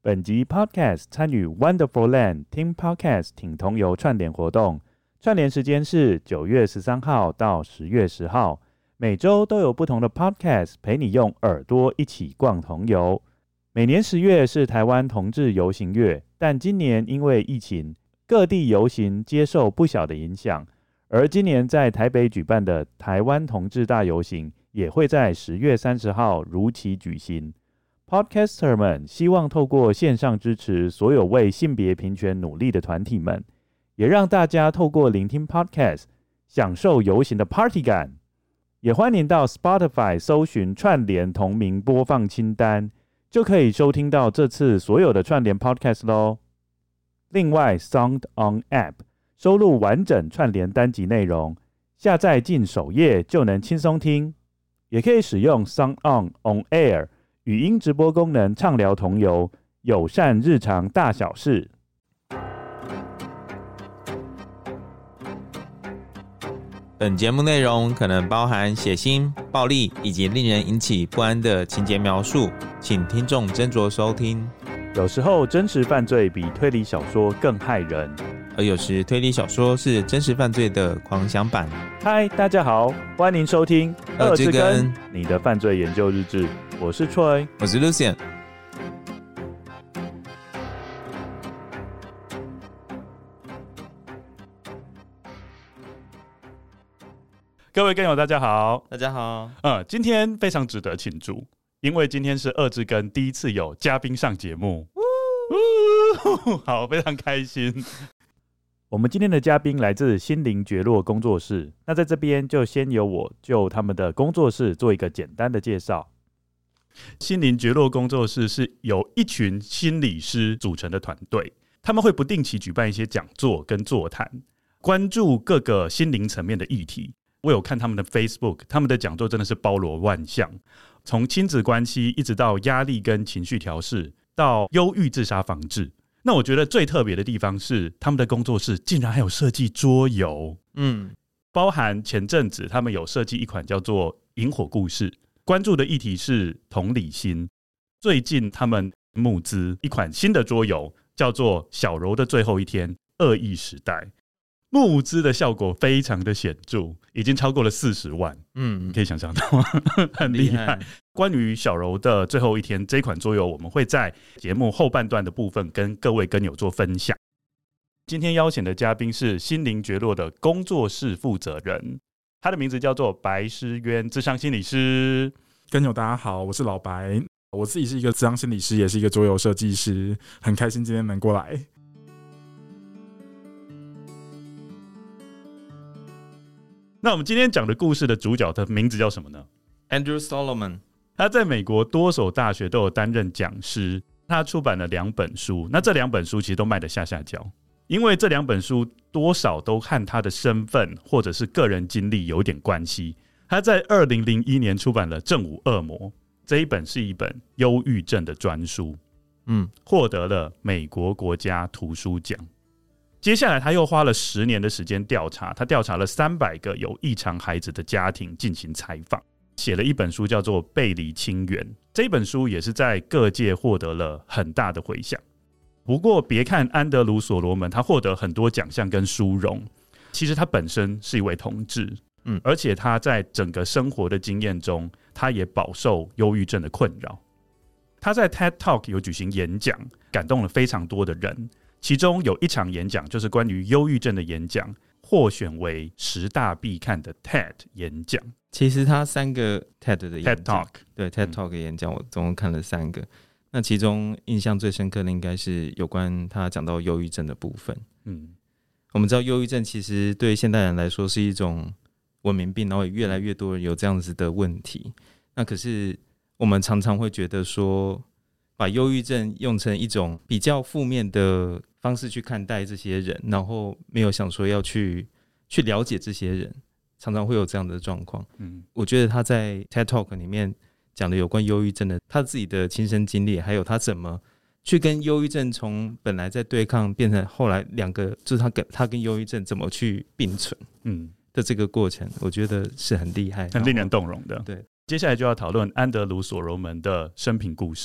本集 Podcast 参与 Wonderful Land Team Podcast 挺同游串联活动，串联时间是9月13号到10月10号，每周都有不同的 Podcast 陪你用耳朵一起逛同游。每年10月是台湾同志游行月，但今年因为疫情，各地游行接受不小的影响，而今年在台北举办的台湾同志大游行也会在10月30号如期举行。Podcaster 们希望透过线上支持所有为性别平权努力的团体们，也让大家透过聆听 Podcast 享受游行的 Party 感。也欢迎到 Spotify 搜寻串联同名播放清单，就可以收听到这次所有的串联 Podcast 咯。另外 Sound On App 收录完整串联单集内容，下载进首页就能轻松听，也可以使用 Sound On Air语音直播功能畅聊同游，友善日常大小事。 本节目内容可能包含血腥、暴力以及令人引起不安的情节描述，请听众斟酌收听。 有时候真实犯罪比推理小说更害人， 而有时推理小说是真实犯罪的狂想版。 嗨，大家好，欢迎收听二之根你的犯罪研究日志，我是 Troy， 我是 Lucian。 各位根友大家好。 大家好。 今天非常值得庆祝，因为今天是二之根第一次有嘉宾上节目，好，非常开心。我们今天的嘉宾来自心灵觉落工作室，那在这边就先由我就他们的工作室做一个简单的介绍。心灵觉落工作室是由一群心理师组成的团队，他们会不定期举办一些讲座跟座谈，关注各个心灵层面的议题。我有看他们的 Facebook， 他们的讲座真的是包罗万象，从亲子关系一直到压力跟情绪调试，到忧郁自杀防治。那我觉得最特别的地方是他们的工作室竟然还有设计桌游，包含前阵子他们有设计一款叫做萤火故事，关注的议题是同理心。最近他们募资一款新的桌游叫做小柔的最后一天恶意时代，募资的效果非常的显著，已经超过了40万。你可以想象到吗？很厉害。关于小柔的最后一天这款桌游，我们会在节目后半段的部分跟各位根友做分享。今天邀请的嘉宾是心灵觉落的工作室负责人，他的名字叫做白诗渊，諮商心理师。 根友大家好，我是老白，我自己是一个諮商心理师，也是一个桌游设计师，很开心今天能过来。 那我们今天讲的故事的主角的名字叫什么呢？ Andrew Solomon。 他在美国多所大学都有担任讲师，他出版了2本书，那这2本书其实都卖得下脚，因为这2本书多少都和他的身份或者是个人经历有点关系。他在2001年出版了《正午恶魔》，这一本是一本忧郁症的专书，获得了美国国家图书奖。接下来他又花了10年的时间调查，他调查了300个有异常孩子的家庭进行采访，写了一本书叫做《背离亲缘》，这本书也是在各界获得了很大的回响。不过别看安德鲁·所罗门他获得很多奖项跟殊荣，其实他本身是一位同志，而且他在整个生活的经验中，他也饱受忧郁症的困扰。他在 TED Talk 有举行演讲，感动了非常多的人，其中有一场演讲就是关于忧郁症的演讲，获选为10大必看的 TED 演讲。 其实他3个 TED 的演讲 TED Talk， 对 TED Talk 的演讲，我总共看了3个。那其中印象最深刻的应该是有关他讲到忧郁症的部分。我们知道忧郁症其实对现代人来说是一种文明病，然后也越来越多人有这样子的问题。那可是我们常常会觉得说，把忧郁症用成一种比较负面的方式去看待这些人，然后没有想说要去了解这些人，常常会有这样的状况。我觉得他在 TED Talk 里面讲的有关忧郁症的他自己的亲身经历，还有他怎么去跟忧郁症从本来在对抗变成后来2个，就是他跟忧郁症怎么去并存的这个过程，我觉得是很厉害， 很令人动容的。 对， 接下来就要讨论安德鲁·所罗门的生平故事。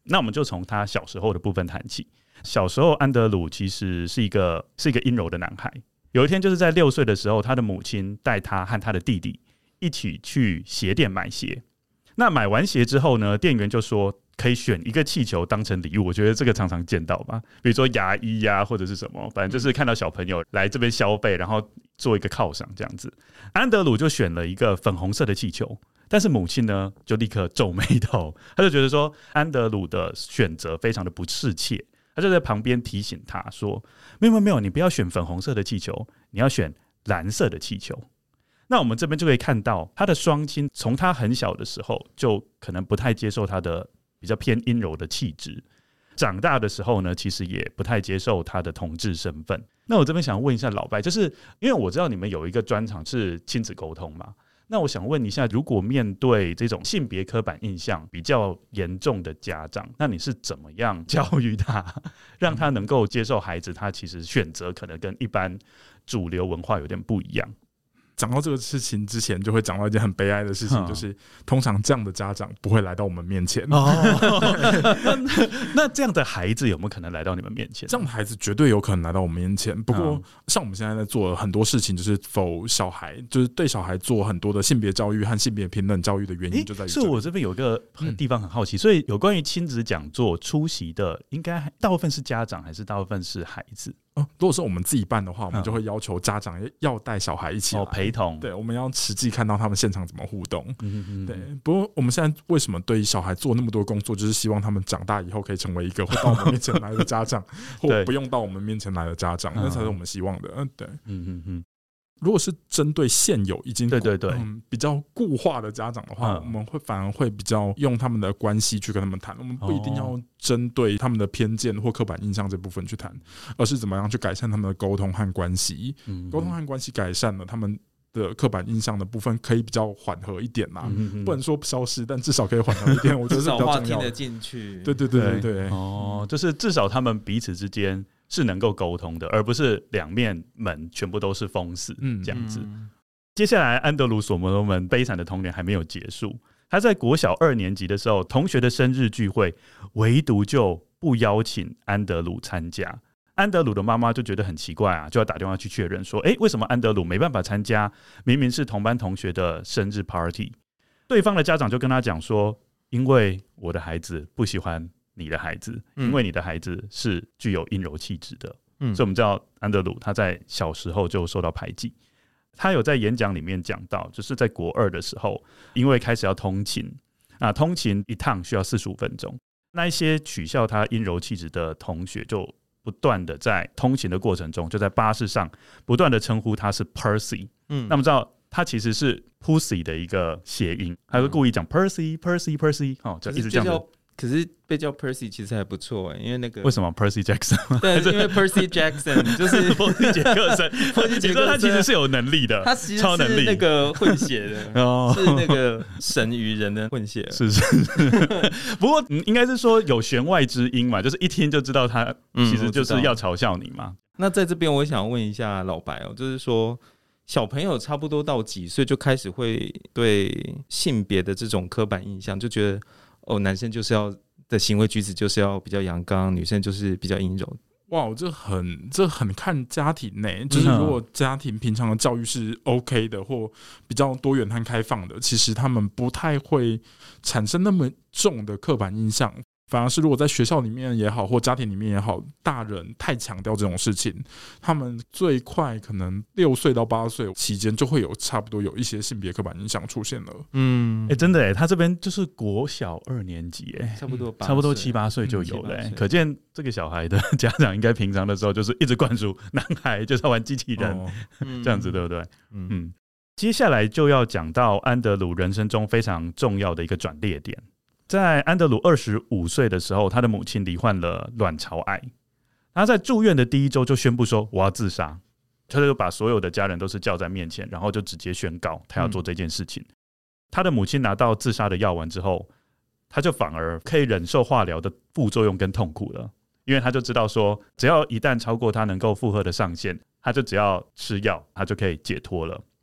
那我们就从他小时候的部分谈起。小时候安德鲁其实是一个阴柔的男孩。有一天就是在6岁的时候，他的母亲带他和他的弟弟一起去鞋店买鞋。那买完鞋之后呢，店员就说可以选一个气球当成礼物。我觉得这个常常见到吧，比如说牙医呀，或者是什么，反正就是看到小朋友来这边消费，然后做一个犒赏这样子。安德鲁就选了一个粉红色的气球，但是母亲呢就立刻皱眉头，他就觉得说安德鲁的选择非常的不适切，他就在旁边提醒他说：“没有，你不要选粉红色的气球，你要选蓝色的气球。”那我们这边就可以看到，他的双亲从他很小的时候就可能不太接受他的比较偏阴柔的气质，长大的时候呢，其实也不太接受他的同志身份。那我这边想问一下老白，就是因为我知道你们有一个专场是亲子沟通嘛，那我想问一下，如果面对这种性别刻板印象比较严重的家长，那你是怎么样教育他，让他能够接受孩子他其实选择可能跟一般主流文化有点不一样？ 讲到这个事情之前，就会讲到一件很悲哀的事情，就是通常这样的家长不会来到我们面前。 那这样的孩子有没有可能来到你们面前？ 这样的孩子绝对有可能来到我们面前。不过，像我们现在在做很多事情，就是否小孩，就是对小孩做很多的性别教育和性别平等教育的原因就在于这里。 是我这边有一个地方很好奇，所以有关于亲子讲座出席的，应该大部分是家长还是大部分是孩子？ 如果是我们自己办的话，我们就会要求家长要带小孩一起来陪同。 对，我们要实际看到他们现场怎么互动。对。不过我们现在为什么对小孩做那么多工作，就是希望他们长大以后可以成为一个会到我们面前来的家长，或不用到我们面前来的家长，那才是我们希望的。对。如果是针对现有已经比较固化的家长的话，我们反而会比较用他们的关系去跟他们谈，我们不一定要针对他们的偏见或刻板印象这部分去谈，而是怎么样去改善他们的沟通和关系。沟通和关系改善了，他们的刻板印象的部分可以比较缓和一点啦，不能说消失，但至少可以缓和一点，我觉得是比较重要的。 至少话听得进去。 对。 就是至少他们彼此之间是能够沟通的，而不是两面门全部都是封死这样子。接下来安德鲁所罗门悲惨的童年还没有结束，他在国小2年级的时候，同学的生日聚会唯独就不邀请安德鲁参加。安德鲁的妈妈就觉得很奇怪啊，就要打电话去确认说，为什么安德鲁没办法参加明明是同班同学的生日 party？ 对方的家长就跟他讲说，因为我的孩子不喜欢你的孩子，因为你的孩子是具有阴柔气质的。所以我们知道安德鲁他在小时候就受到排挤。他有在演讲里面讲到，就是在国2的时候，因为开始要通勤，通勤一趟需要45分钟，那一些取笑他阴柔气质的同学就不断的在通勤的过程中，就在巴士上不断的称呼他是 Percy。那么知道他其实是 Pussy 的一个谐音，他会故意讲 Percy， 就一直这样子。 可是被叫 Percy 其实还不错因为那个为什么 Percy Jackson？ 对，因为 Percy Jackson 就是波西杰克森，你说他其实是有能力的， 他其实是那个混血的，是那个神与人的混血。 是。不过应该是说有弦外之音嘛，就是一听就知道他其实就是要嘲笑你嘛。 那在这边我想问一下老白就是说，小朋友差不多到几岁就开始会对性别的这种刻板印象，就觉得男生就是要的行为举止就是要比较阳刚，女生就是比较阴柔。 哇，这很看家庭内，就是如果家庭平常的教育是 OK 的，或比较多元和开放的，其实他们不太会产生那么重的刻板印象。反而是如果在学校里面也好，或家庭里面也好，大人太强调这种事情，他们最快可能6岁到8岁期间就会有差不多有一些性别刻板印象出现了。 真的他这边就是国小2年级差不多 7、8岁就有了可见这个小孩的家长应该平常的时候就是一直灌输男孩就是要玩机器人这样子，对不对？接下来就要讲到安德鲁人生中非常重要的一个转捩点。在安德鲁25岁的时候，他的母亲罹患了卵巢癌。他在住院的第1周就宣布说我要自杀，他就把所有的家人都是叫在面前，然后就直接宣告他要做这件事情。他的母亲拿到自杀的药丸之后，他就反而可以忍受化疗的副作用跟痛苦了，因为他就知道说只要一旦超过他能够负荷的上限，他就只要吃药他就可以解脱了。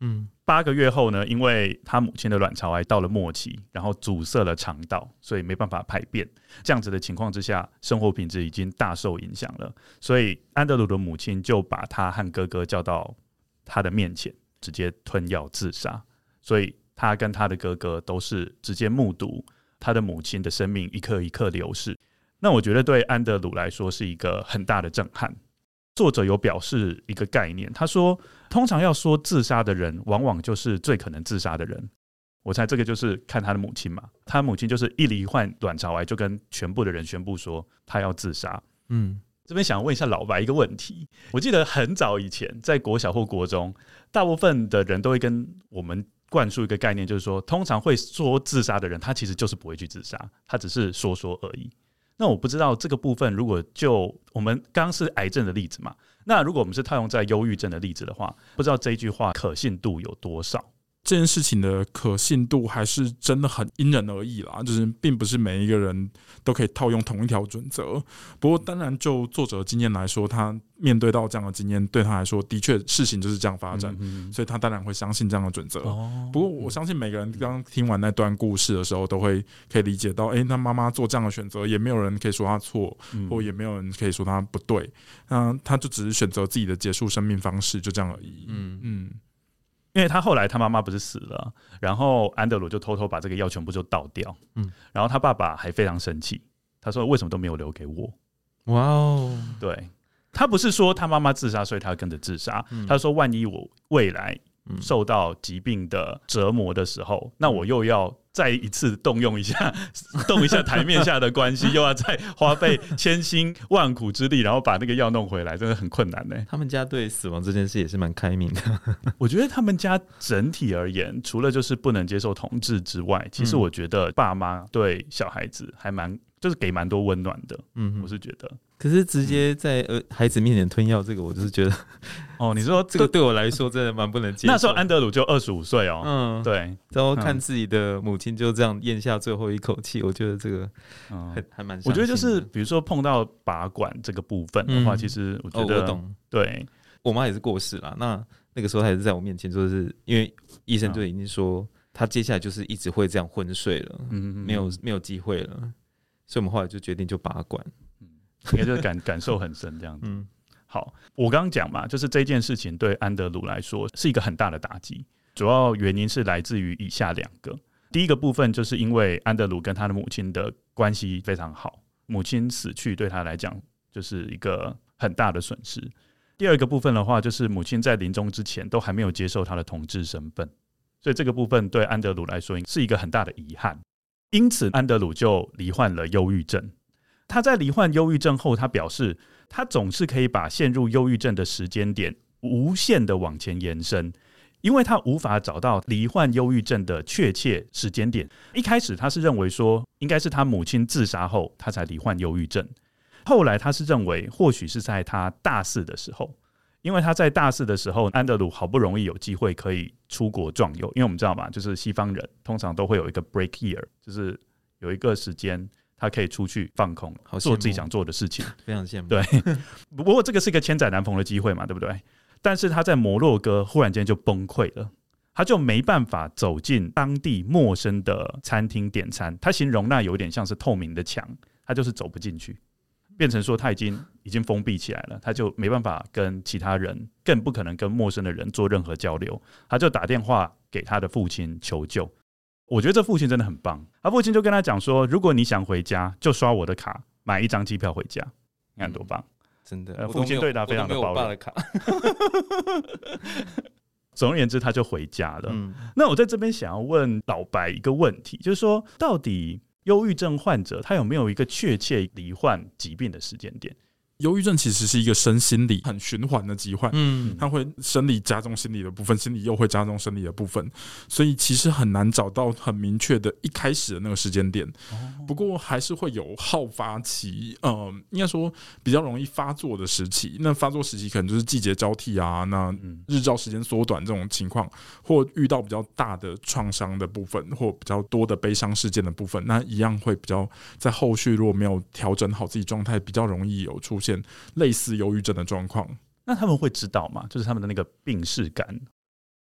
8个月后呢，因为他母亲的卵巢癌到了末期，然后阻塞了肠道，所以没办法排便。这样子的情况之下，生活品质已经大受影响了。所以安德鲁的母亲就把他和哥哥叫到他的面前，直接吞药自杀。所以他跟他的哥哥都是直接目睹他的母亲的生命一刻一刻流逝。那我觉得对安德鲁来说是一个很大的震撼。作者有表示一个概念，他说通常要说自杀的人往往就是最可能自杀的人。我猜这个就是看他的母亲嘛，他母亲就是一罹患卵巢癌就跟全部的人宣布说他要自杀。这边想问一下老白一个问题，我记得很早以前在国小或国中，大部分的人都会跟我们灌输一个概念，就是说通常会说自杀的人他其实就是不会去自杀，他只是说说而已。那我不知道这个部分，如果就我们刚刚是癌症的例子嘛，那如果我们是套用在忧郁症的例子的话，不知道这一句话可信度有多少？ 这件事情的可信度还是真的很因人而异啦，就是并不是每一个人都可以套用同一条准则。不过当然就作者的经验来说，他面对到这样的经验对他来说的确事情就是这样发展，所以他当然会相信这样的准则。不过我相信每个人刚刚听完那段故事的时候都会可以理解到，那妈妈做这样的选择也没有人可以说他错，或也没有人可以说他不对，他就只是选择自己的结束生命方式，就这样而已。 因为他后来他妈妈不是死了，然后安德鲁就偷偷把这个药全部就倒掉，然后他爸爸还非常生气，他说为什么都没有留给我？ 哇哦， 对，他不是说他妈妈自杀所以他跟着自杀，他说万一我未来受到疾病的折磨的时候，那我又要再一次动一下台面下的关系，又要再花费千辛万苦之力，然后把那个药弄回来，真的很困难呢。 他们家对死亡这件事也是蛮开明的。 我觉得他们家整体而言，除了就是不能接受同志之外，其实我觉得爸妈对小孩子还就是给蛮多温暖的。我是觉得。 可是直接在孩子面前吞药，这个我就是觉得， 你说这个对我来说真的蛮不能接受。 那时候安德鲁就25岁哦，对， 然后看自己的母亲就这样咽下最后一口气，我觉得这个还蛮伤心的。 我觉得就是比如说碰到拔管这个部分的话，其实我觉得我懂。 对， 我妈也是过世了，那个时候她也是在我面前，就是因为医生就已经说她接下来就是一直会这样昏睡了，没有机会了，所以我们后来就决定就拔管。 应该就是感受很深这样子。好，我刚刚讲嘛，就是这件事情对安德鲁来说是一个很大的打击，主要原因是来自于以下2个。第一个部分就是因为安德鲁跟他的母亲的关系非常好，母亲死去对他来讲就是一个很大的损失。第二个部分的话，就是母亲在临终之前都还没有接受他的同志身份，所以这个部分对安德鲁来说是一个很大的遗憾。因此安德鲁就罹患了忧郁症。他在罹患忧郁症后，他表示他总是可以把陷入忧郁症的时间点无限的往前延伸，因为他无法找到罹患忧郁症的确切时间点。一开始他是认为说应该是他母亲自杀后他才罹患忧郁症，后来他是认为或许是在他大4的时候，因为他在大4的时候，安德鲁好不容易有机会可以出国壮游，因为我们知道嘛，就是西方人通常都会有一个 break year， 就是有一个时间他可以出去放空，做自己想做的事情， 非常羡慕。 对，不过这个是一个千载难逢的机会嘛，对不对？但是他在摩洛哥忽然间就崩溃了，他就没办法走进当地陌生的餐厅点餐。他形容那有点像是透明的墙，他就是走不进去，变成说他已经封闭起来了，他就没办法跟其他人，更不可能跟陌生的人做任何交流。他就打电话给他的父亲求救。我觉得这父亲真的很棒，他父亲就跟他讲说，如果你想回家就刷我的卡买1张机票回家，你看多棒。 真的， 父亲对他非常的包容。我都没有我爸的卡。总而言之他就回家了。那我在这边想要问老白一个问题，就是说到底忧郁症患者他有没有一个确切罹患疾病的时间点？ 忧郁症其实是一个身心理很循环的疾患，它会生理加重心理的部分，心理又会加重生理的部分，所以其实很难找到很明确的一开始的那个时间点。不过还是会有好发期，应该说比较容易发作的时期。那发作时期可能就是季节交替啊，那日照时间缩短这种情况，或遇到比较大的创伤的部分，或比较多的悲伤事件的部分，那一样会比较在后续如果没有调整好自己状态，比较容易有出现类似忧郁症的状况。 那他们会知道吗？就是他们的那个病识感。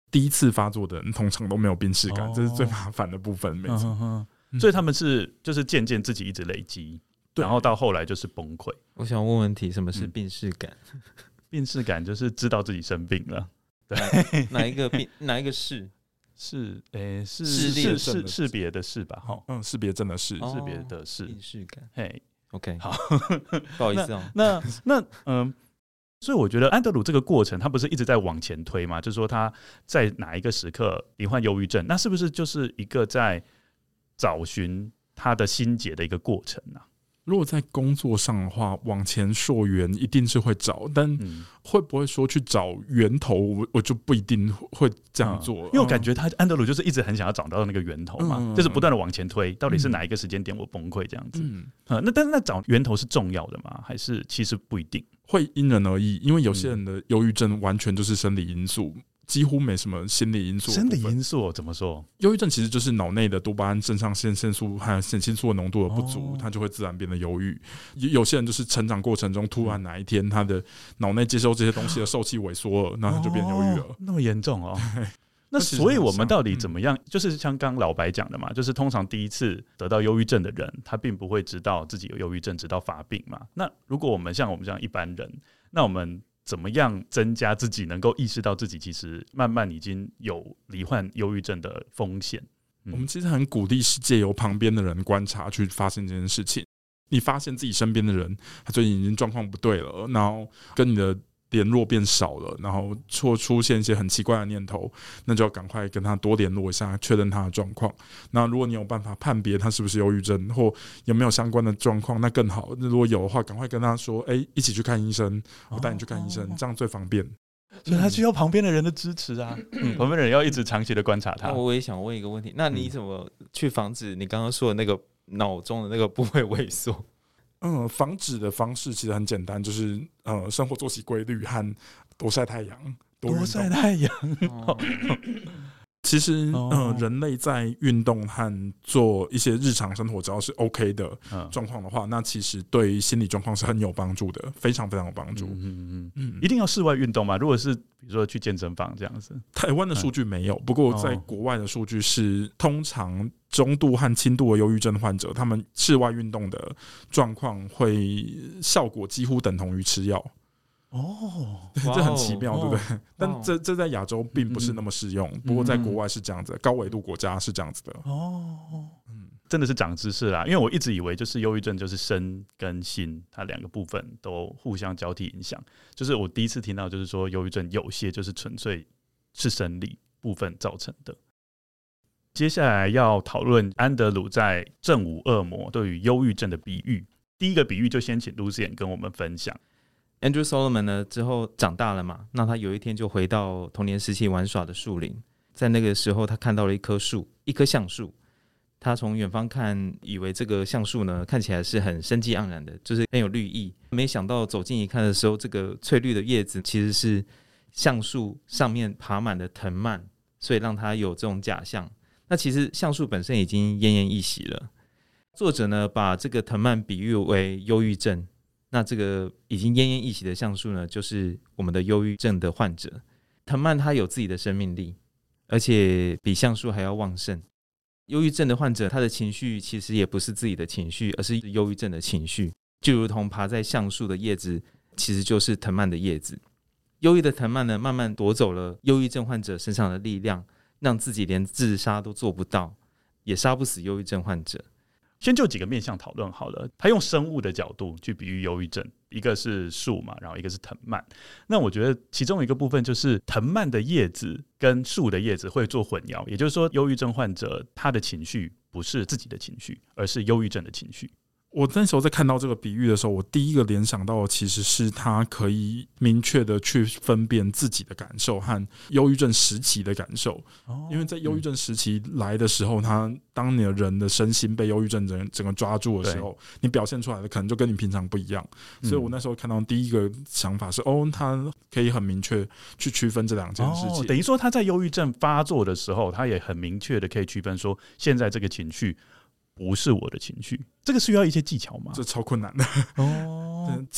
第一次发作的人通常都没有病识感，这是最麻烦的部分。没错， 所以他们就是渐渐自己一直累积，然后到后来就是崩溃。 我想问问题，什么是病识感？ 病识感就是知道自己生病了。对， 哪一个病？哪一个是？ 是识别的识吧？ 识别症的识， 识别的识， 病识感。 嘿 ，OK， 好， 不好意思哦。 那所以我觉得安德鲁这个过程，他不是一直在往前推嘛？就是说他在哪一个时刻罹患忧郁症，那是不是就是一个在找寻他的心结的一个过程啊？ 如果在工作上的话，往前溯源一定是会找，但会不会说去找源头，我就不一定会这样做。 因为我感觉安德鲁就是一直很想要找到那个源头嘛，就是不断的往前推，到底是哪一个时间点我崩溃这样子。但是那找源头是重要的吗？还是其实不一定？ 会因人而异，因为有些人的忧郁症完全就是生理因素。几乎没什么心理因素。 生理因素怎么说？ 忧郁症其实就是脑内的多巴胺、肾上腺素和血清素的浓度的不足，它就会自然变得忧郁。有些人就是成长过程中突然哪一天他的脑内接收这些东西的受气萎缩了，那他就变忧郁了。 那么严重哦？那所以我们到底怎么样？就是像刚老白讲的嘛，就是通常第一次得到忧郁症的人，他并不会知道自己有忧郁症，直到发病嘛。那如果我们像这样一般人，那我们怎么样增加自己能够意识到自己其实慢慢已经有罹患忧郁症的风险？ 我们其实很鼓励是借由旁边的人观察去发现这件事情。你发现自己身边的人他最近已经状况不对了，然后跟你的联络变少了，然后出现一些很奇怪的念头，那就要赶快跟他多联络一下，确认他的状况。那如果你有办法判别他是不是忧郁症或有没有相关的状况，那更好。如果有的话，赶快跟他说，一起去看医生，我带你去看医生，这样最方便。 所以他需要旁边的人的支持啊，旁边的人要一直长期的观察他。 那我也想问一个问题，那你怎么去防止你刚刚说的那个脑中的那个部位萎缩？ 防止的方式其实很简单，就是生活作息规律和多晒太阳， 多晒太阳。 其实人类在运动和做一些日常生活只要是 OK 的状况的话，那其实对于心理状况是很有帮助的，非常非常有帮助。 一定要室外运动吗？如果是比如说去健身房这样子， 台湾的数据没有，不过在国外的数据是，通常中度和轻度的忧郁症患者，他们室外运动的状况会效果几乎等同于吃药。这很奇妙，对不对？但这在亚洲并不是那么适用，不过在国外是这样子，高纬度国家是这样子的。 真的是长知识啦！因为我一直以为就是忧郁症就是身跟心它两个部分都互相交替影响。就是我第一次听到，就是说忧郁症有些就是纯粹是生理部分造成的。接下来要讨论安德鲁在《正午恶魔》对于忧郁症的比喻。第一个比喻就先请 Lucian 跟我们分享。 Andrew Solomon 呢之后长大了嘛，那他有一天就回到童年时期玩耍的树林，在那个时候他看到了一棵树，一棵橡树。他从远方看，以为这个橡树呢看起来是很生机盎然的，就是很有绿意。没想到走近一看的时候，这个翠绿的叶子其实是橡树上面爬满了藤蔓，所以让他有这种假象。那其实橡树本身已经奄奄一息了。作者呢把这个藤蔓比喻为忧郁症。那这个已经奄奄一息的橡树呢，就是我们的忧郁症的患者。藤蔓它有自己的生命力，而且比橡树还要旺盛。忧郁症的患者，他的情绪其实也不是自己的情绪，而是忧郁症的情绪。就如同爬在橡树的叶子，其实就是藤蔓的叶子。忧郁的藤蔓呢，慢慢夺走了忧郁症患者身上的力量，让自己连自杀都做不到，也杀不死忧郁症患者。 先就几个面向讨论好了。他用生物的角度去比喻忧郁症，一个是树嘛，然后一个是藤蔓。那我觉得其中一个部分就是藤蔓的叶子跟树的叶子会做混淆，也就是说，忧郁症患者他的情绪不是自己的情绪，而是忧郁症的情绪。 我那时候在看到这个比喻的时候，我第一个联想到的其实是他可以明确的去分辨自己的感受和忧郁症时期的感受。因为在忧郁症时期来的时候，当你的人的身心被忧郁症整个抓住的时候，你表现出来的可能就跟你平常不一样。所以我那时候看到第一个想法是，他可以很明确去区分这两件事情。 等于说他在忧郁症发作的时候，他也很明确的可以区分说，现在这个情绪不是我的情绪。这个需要一些技巧吗？ 这超困难的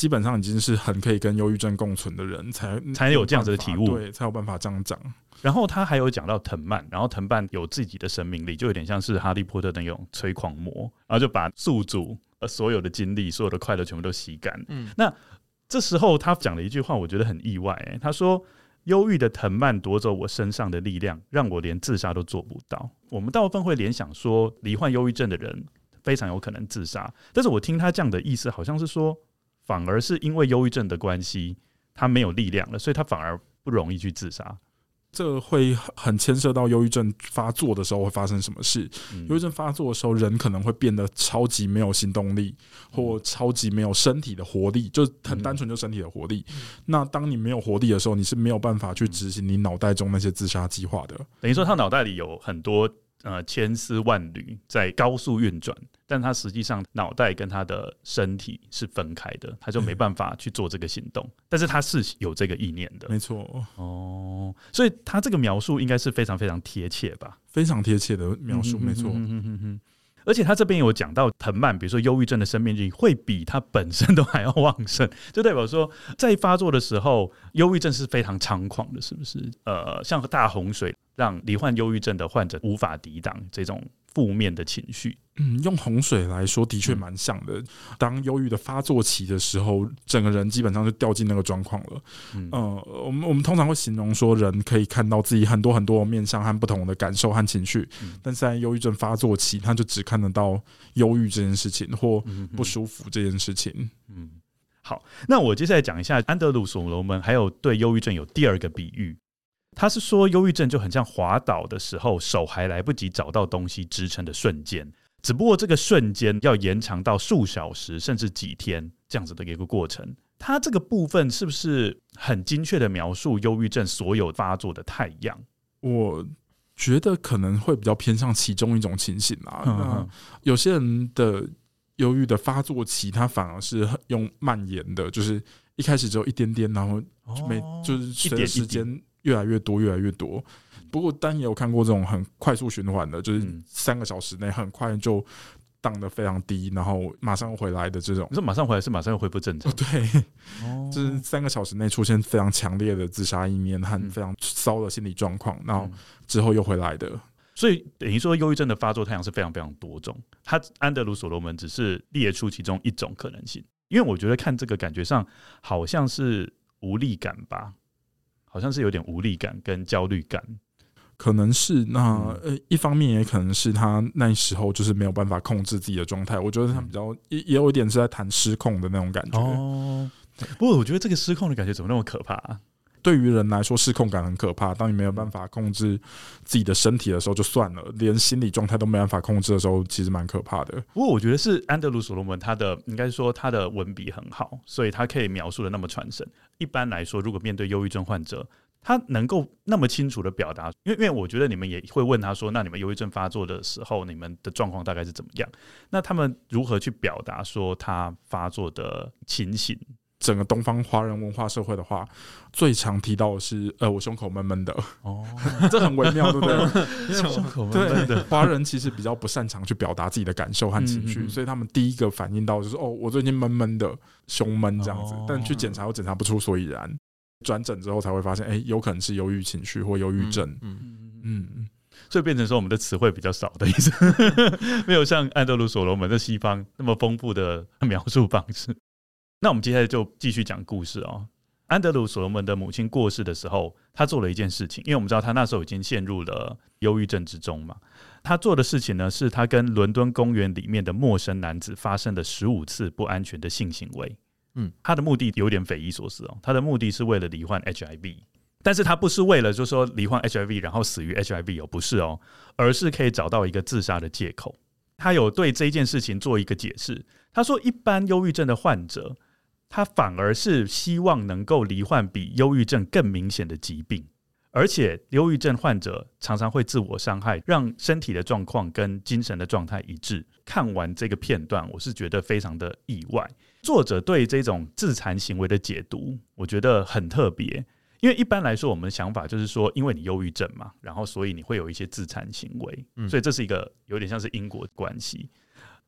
基本上已经是很可以跟忧郁症共存的人才有这样子的体悟， 对，才有办法这样讲。 然后他还有讲到藤蔓，然后藤蔓有自己的生命力，就有点像是哈利波特那种催狂魔，然后就把宿主所有的精力、所有的快乐全部都吸干。那这时候他讲了一句话，我觉得很意外，他说：“忧郁的藤蔓夺走我身上的力量，让我连自杀都做不到。”我们大部分会联想说，罹患忧郁症的人非常有可能自杀，但是我听他这样的意思，好像是说，反而是因为忧郁症的关系，他没有力量了，所以他反而不容易去自杀。 这会很牵涉到忧郁症发作的时候会发生什么事。忧郁症发作的时候，人可能会变得超级没有行动力，或超级没有身体的活力，就很单纯就身体的活力。那当你没有活力的时候，你是没有办法去执行你脑袋中那些自杀计划的。 等于说，他脑袋里有很多千丝万缕在高速运转，但他实际上脑袋跟他的身体是分开的，他就没办法去做这个行动。但是他是有这个意念的， 没错。 所以他这个描述应该是非常非常贴切吧？ 非常贴切的描述，没错。 而且他这边有讲到藤蔓，比如说忧郁症的生命力会比他本身都还要旺盛，就代表说在发作的时候，忧郁症是非常猖狂的，是不是？像大洪水让罹患忧郁症的患者无法抵挡这种负面的情绪。 用洪水来说的确蛮像的。当忧郁的发作期的时候，整个人基本上就掉进那个状况了。我们通常会形容说，人可以看到自己很多很多的面向和不同的感受和情绪，但是在忧郁症发作期，他就只看得到忧郁这件事情或不舒服这件事情。 好，那我接下来讲一下安德鲁所罗门还有对忧郁症有第二个比喻。他是说，忧郁症就很像滑倒的时候，手还来不及找到东西支撑的瞬间，只不过这个瞬间要延长到数小时甚至几天这样子的一个过程。他这个部分是不是很精确的描述忧郁症所有发作的态样？ 我觉得可能会比较偏向其中一种情形啦。那有些人的忧郁的发作期，他反而是用蔓延的，就是一开始只有一点点，然后就是随着时间越来越多越来越多。不过但也有看过这种很快速循环的，就是3个小时内很快就荡得非常低，然后马上回来的这种。 你说马上回来是马上又恢复正常？ 对，就是3个小时内出现非常强烈的自杀意念和非常骚的心理状况，然后之后又回来的。 所以等于说，忧郁症的发作态样是非常非常多种。他安德鲁所罗门只是列出其中一种可能性，因为我觉得看这个感觉上好像是无力感吧，好像是有点无力感跟焦虑感。 可能是那一方面也可能是他那时候就是没有办法控制自己的状态。我觉得他比较也有一点是在谈失控的那种感觉。 不过我觉得这个失控的感觉怎么那么可怕啊？ 对于人来说，失控感很可怕。当你没有办法控制自己的身体的时候就算了，连心理状态都没办法控制的时候，其实蛮可怕的。 不过我觉得是安德鲁所罗门应该说他的文笔很好，所以他可以描述的那么传神。一般来说，如果面对忧郁症患者，他能够那么清楚的表达，因为我觉得你们也会问他说，那你们忧郁症发作的时候，你们的状况大概是怎么样？那他们如何去表达说他发作的情形？ 整个东方华人文化社会的话，最常提到的是我胸口闷闷的。这很微妙，对不对？ 胸口闷闷的。 华人其实比较不擅长去表达自己的感受和情绪，所以他们第一个反应到就是我最近闷闷的，胸闷这样子。但去检查又检查不出所以然，转诊之后才会发现，有可能是忧郁情绪或忧郁症。 所以变成说我们的词汇比较少的意思，没有像安德鲁所罗门在西方那么丰富的描述方式。那我们接下来就继续讲故事哦。安德鲁所罗门的母亲过世的时候，他做了一件事情，因为我们知道他那时候已经陷入了忧郁症之中嘛。他做的事情呢，是他跟伦敦公园里面的陌生男子发生了15次不安全的性行为。他的目的有点匪夷所思哦，他的目的是为了罹患 HIV， 但是他不是为了就是说罹患 HIV 然后死于 HIV 不是哦，而是可以找到一个自杀的借口。他有对这件事情做一个解释，他说一般忧郁症的患者，他反而是希望能够罹患比忧郁症更明显的疾病，而且忧郁症患者常常会自我伤害，让身体的状况跟精神的状态一致。看完这个片段，我是觉得非常的意外。作者对这种自残行为的解读，我觉得很特别。因为一般来说，我们的想法就是说，因为你忧郁症嘛，然后所以你会有一些自残行为，所以这是一个有点像是因果关系。不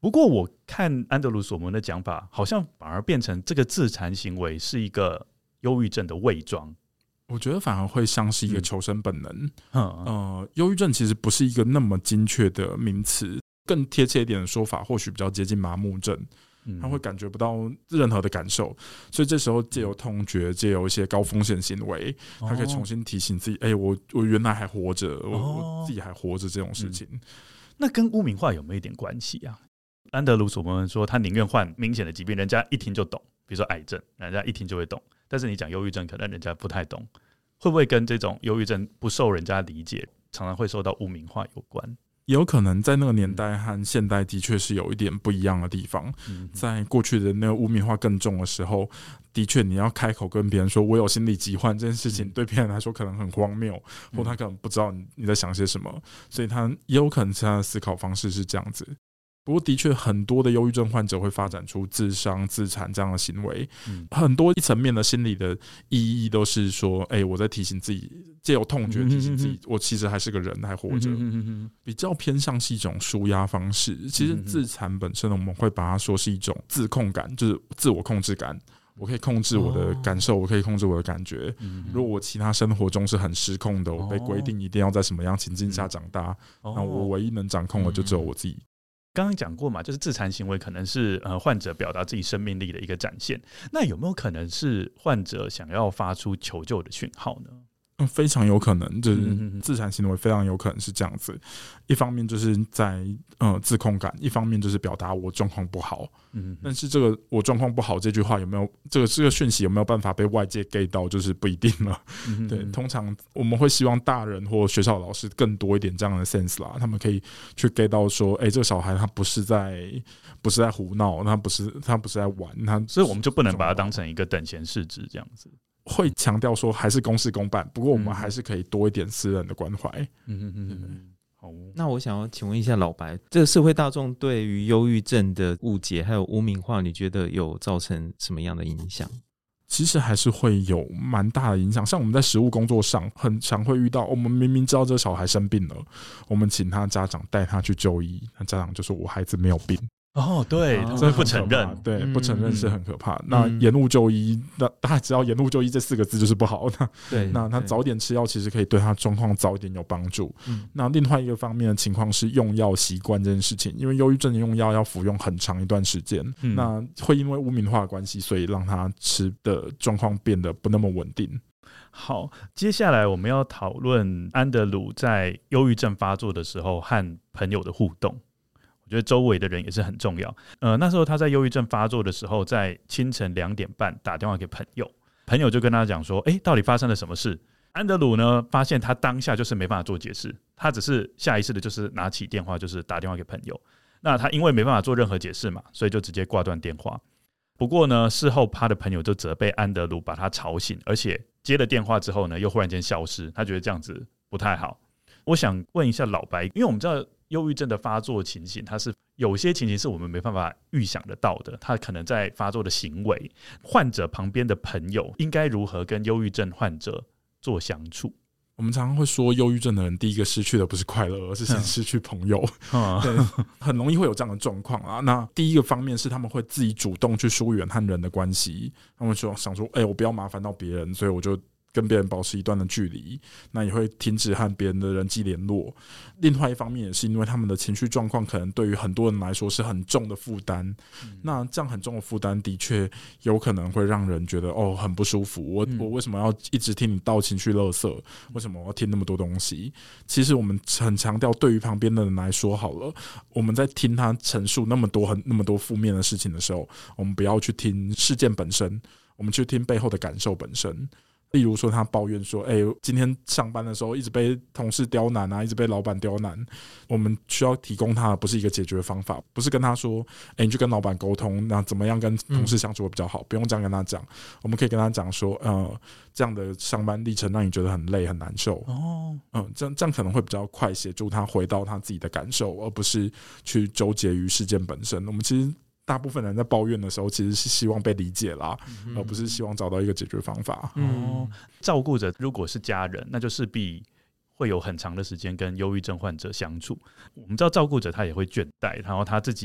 不过我看安德鲁索蒙的讲法，好像反而变成这个自残行为是一个忧郁症的伪装。 我觉得反而会像是一个求生本能。忧郁症其实不是一个那么精确的名词，更贴切一点的说法，或许比较接近麻木症。他会感觉不到任何的感受，所以这时候借由痛觉，借由一些高风险行为，他可以重新提醒自己：我原来还活着，我自己还活着这种事情。 那跟污名化有没有一点关系啊？安德鲁索蒙说，他宁愿患明显的疾病，人家一听就懂，比如说癌症，人家一听就会懂。但是你讲忧郁症，可能人家不太懂，会不会跟这种忧郁症不受人家理解，常常会受到污名化有关？ 也有可能在那个年代和现代的确是有一点不一样的地方。在过去的那个污名化更重的时候，的确你要开口跟别人说我有心理疾患这件事情，对别人来说可能很荒谬，或他可能不知道你在想些什么，所以他也有可能是他的思考方式是这样子。不过的确很多的忧郁症患者会发展出自伤自残这样的行为，很多一层面的心理的意义都是说我在提醒自己，借由痛觉提醒自己我其实还是个人，还活着，比较偏向是一种抒压方式。其实自残本身我们会把它说是一种自控感，就是自我控制感，我可以控制我的感受，我可以控制我的感觉。如果我其他生活中是很失控的，我被规定一定要在什么样情境下长大，那我唯一能掌控的就只有我自己。 刚刚讲过嘛，就是自残行为可能是患者表达自己生命力的一个展现。那有没有可能是患者想要发出求救的讯号呢？ 非常有可能，就是自残行为非常有可能是这样子。一方面就是在自控感，一方面就是表达我状况不好。但是这个我状况不好这句话有没有这个讯息有没有办法被外界 get 到，就是不一定了。对，通常我们会希望大人或学校老师更多一点这样的 sense 啦，他们可以去 get 到说，这个小孩他不是在胡闹，他不是在玩， 所以我们就不能把它当成一个等闲视之这样子。 会强调说还是公事公办，不过我们还是可以多一点私人的关怀。 好，那我想要请问一下老白，这个社会大众对于忧郁症的误解还有污名化，你觉得有造成什么样的影响？ 其实还是会有蛮大的影响。像我们在实务工作上很常会遇到，我们明明知道这个小孩生病了，我们请他家长带他去就医，那家长就说我孩子没有病。 对，他会不承认， 对，不承认是很可怕。那延误就医，那大家知道延误就医这4个字就是不好。那他早点吃药，其实可以对他状况早一点有帮助。那另外一个方面的情况是用药习惯这件事情，因为忧郁症用药要服用很长一段时间，那会因为污名化的关系，所以让他吃的状况变得不那么稳定。 好，接下来我们要讨论安德鲁在忧郁症发作的时候和朋友的互动。我觉得周围的人也是很重要。那时候他在忧郁症发作的时候，在清晨2点半打电话给朋友，朋友就跟他讲说，到底发生了什么事？安德鲁呢，发现他当下就是没办法做解释，他只是下意识的就是拿起电话，就是打电话给朋友。那他因为没办法做任何解释嘛，所以就直接挂断电话。不过呢，事后他的朋友就责备安德鲁把他吵醒，而且接了电话之后呢，又忽然间消失，他觉得这样子不太好。我想问一下老白，因为我们知道忧郁症的发作情形，它是有些情形是我们没办法预想得到的，他可能在发作的行为，患者旁边的朋友应该如何跟忧郁症患者做相处？ 我们常常会说，忧郁症的人第一个失去的不是快乐，而是先失去朋友。对，很容易会有这样的状况啊。那第一个方面是他们会自己主动去疏远和人的关系，他们就想说，我不要麻烦到别人，所以我就跟别人保持一段的距离，那也会停止和别人的人际联络。另外一方面也是因为他们的情绪状况可能对于很多人来说是很重的负担，那这样很重的负担的确有可能会让人觉得很不舒服，我为什么要一直听你倒情绪垃圾，为什么我要听那么多东西？其实我们很强调，对于旁边的人来说好了，我们在听他陈述那么多负面的事情的时候，我们不要去听事件本身，我们去听背后的感受本身。例如说他抱怨说今天上班的时候一直被同事刁难啊，一直被老板刁难，我们需要提供他的不是一个解决方法，不是跟他说你去跟老板沟通，那怎么样跟同事相处会比较好，不用这样跟他讲。我们可以跟他讲说这样的上班历程让你觉得很累很难受这样可能会比较快协助他回到他自己的感受，而不是去纠结于事件本身。我们其实大部分人在抱怨的时候其实是希望被理解啦，而不是希望找到一个解决方法。 照顾者如果是家人，那就势必会有很长的时间跟忧郁症患者相处。我们知道照顾者他也会倦怠，然后他自己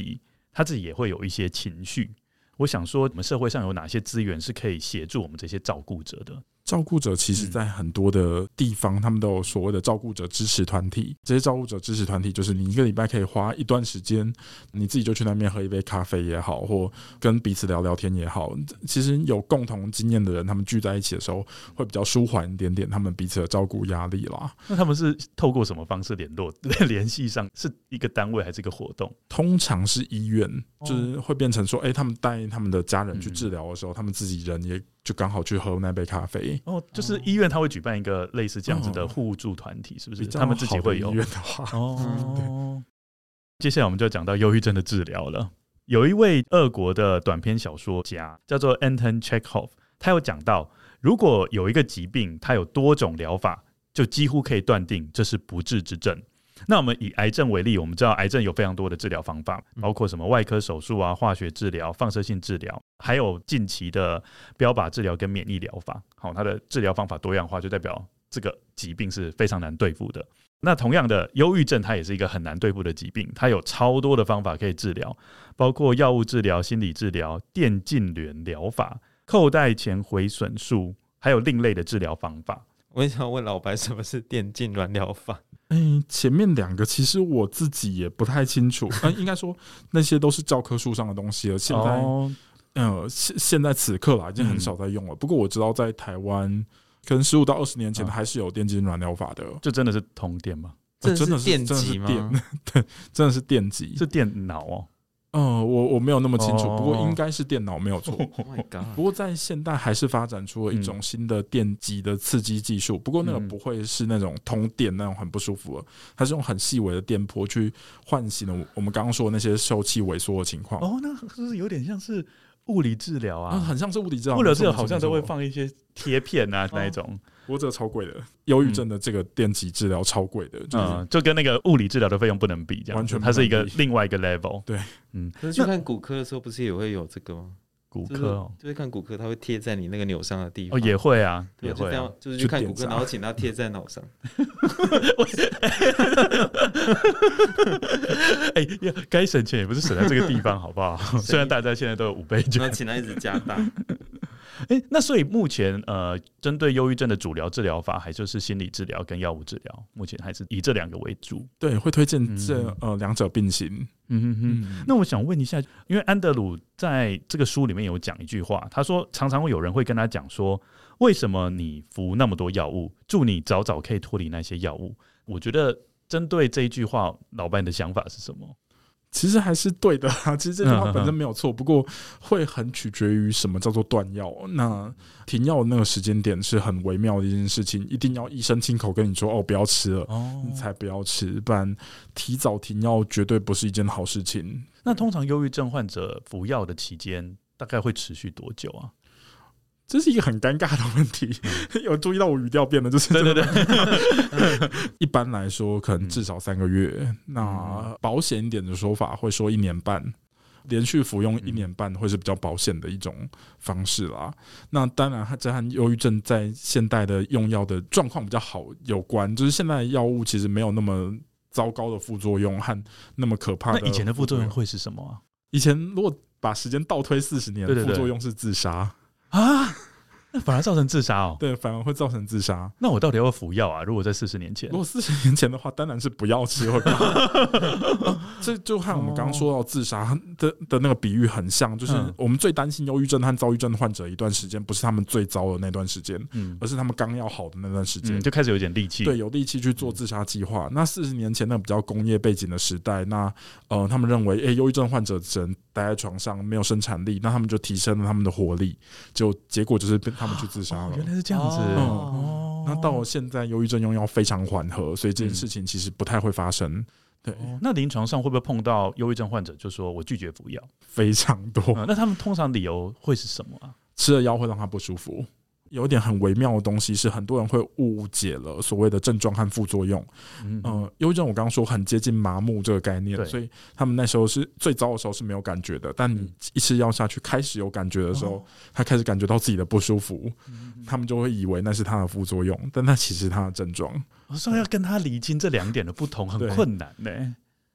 他自己也会有一些情绪。我想说，我们社会上有哪些资源是可以协助我们这些照顾者的？ 照顾者其实在很多的地方，他们都有所谓的照顾者支持团体。这些照顾者支持团体就是你一个礼拜可以花一段时间，你自己就去那边喝一杯咖啡也好，或跟彼此聊聊天也好。其实有共同经验的人，他们聚在一起的时候，会比较舒缓一点点他们彼此的照顾压力啦。 那他们是透过什么方式联系上？是一个单位还是一个活动？ 通常是医院，就是会变成说，他们带他们的家人去治疗的时候，他们自己人也就刚好去喝那杯咖啡。 就是医院他会举办一个类似这样子的互助团体，是不是？他们自己会有医院的话。 接下来我们就讲到忧郁症的治疗了。有一位俄国的短篇小说家叫做 Anton Chekhov， 他有讲到，如果有一个疾病，它有多种疗法，就几乎可以断定这是不治之症。那我们以癌症为例，我们知道癌症有非常多的治疗方法，包括什么外科手术啊、化学治疗、放射性治疗，还有近期的标靶治疗跟免疫疗法。好，它的治疗方法多样化，就代表这个疾病是非常难对付的。那同样的，忧郁症它也是一个很难对付的疾病，它有超多的方法可以治疗，包括药物治疗、心理治疗、电痉挛疗法、扣带前回损术，还有另类的治疗方法。 我想问老白，什么是电痉挛疗法？ 前面两个其实我自己也不太清楚，应该说那些都是教科书上的东西了。现在，现在此刻啦，已经很少在用了。不过我知道在台湾，可能15到20年前还是有电痉挛疗法的。 就真的是通电吗？ 真的是电击吗？ 对，真的是电击， 是电脑哦。 我没有那么清楚，不过应该是电脑没有错。 Oh my god！ 不过在现代还是发展出了一种新的电击的刺激技术，不过那个不会是那种通电那种很不舒服的，它是用很细微的电波去唤醒了我们刚刚说的那些受气萎缩的情况。 那是不是有点像是物理治疗啊？ 很像是物理治疗。 物理治疗好像都会放一些贴片啊那一种。 不过这个超贵的，忧郁症的这个电击治疗超贵的， 就跟那个物理治疗的费用不能比，这样完全它是一个另外一个 level。 对， 可是去看骨科的时候，不是也会有这个吗？ 骨科就是看骨科，它会贴在你那个扭伤的地方。 也会啊，也会啊， 就是去看骨科，然后请他贴在脑上。 该省钱也不是省在这个地方，好不好？虽然大家现在都有5倍券， 然后请他一直加大。 那所以目前针对忧郁症的主疗治疗法还就是心理治疗跟药物治疗，目前还是以这2个为主。 对，会推荐这2者并行。 那我想问一下，因为安德鲁在这个书里面有讲一句话，他说常常会有人会跟他讲说，为什么你服那么多药物？祝你早早可以脱离那些药物。我觉得针对这一句话，老板的想法是什么？ 其实还是对的啊，其实这句话本身没有错，不过会很取决于什么叫做断药。那停药的那个时间点是很微妙的一件事情，一定要医生亲口跟你说不要吃了，你才不要吃，不然提早停药绝对不是一件好事情。 那通常忧郁症患者服药的期间大概会持续多久啊？ 这是一个很尴尬的问题，有注意到我语调变了，就是对， 一般来说可能至少3个月，那保险一点的说法会说1年半，连续服用1年半会是比较保险的一种方式啦。那当然，这和忧郁症在现代的用药的状况比较好有关，就是现在的药物其实没有那么糟糕的副作用和那么可怕的。 那以前的副作用会是什么啊？ 以前如果把时间倒推40年，副作用是自杀。 那反而造成自杀哦？ 对，反而会造成自杀。 那我到底要不要服药啊？如果在40年前， 如果40年前的话，当然是不要吃会更好。这就和我们刚刚说到自杀的那个比喻很像，就是我们最担心忧郁症和躁郁症患者一段时间，不是他们最糟的那段时间，而是他们刚要好的那段时间， 就开始有点力气， 对，有力气去做自杀计划。那40年前那个比较工业背景的时代，那他们认为，忧郁症患者只能待在床上，没有生产力，那他们就提升了他们的活力，结果就是他们去自杀了。 原来是这样子。 那到了现在，忧郁症用药非常缓和，所以这件事情其实不太会发生。对， 那临床上会不会碰到忧郁症患者就说我拒绝服药？ 非常多。 那他们通常理由会是什么啊？ 吃了药会让他不舒服。有一点很微妙的东西是，很多人会误解了所谓的症状和副作用。忧郁症我刚刚说很接近麻木这个概念，所以他们那时候是最糟的时候是没有感觉的，但你一吃药下去开始有感觉的时候，他开始感觉到自己的不舒服，他们就会以为那是他的副作用，但那其实是他的症状。 所以要跟他厘清这2点的不同很困难呢。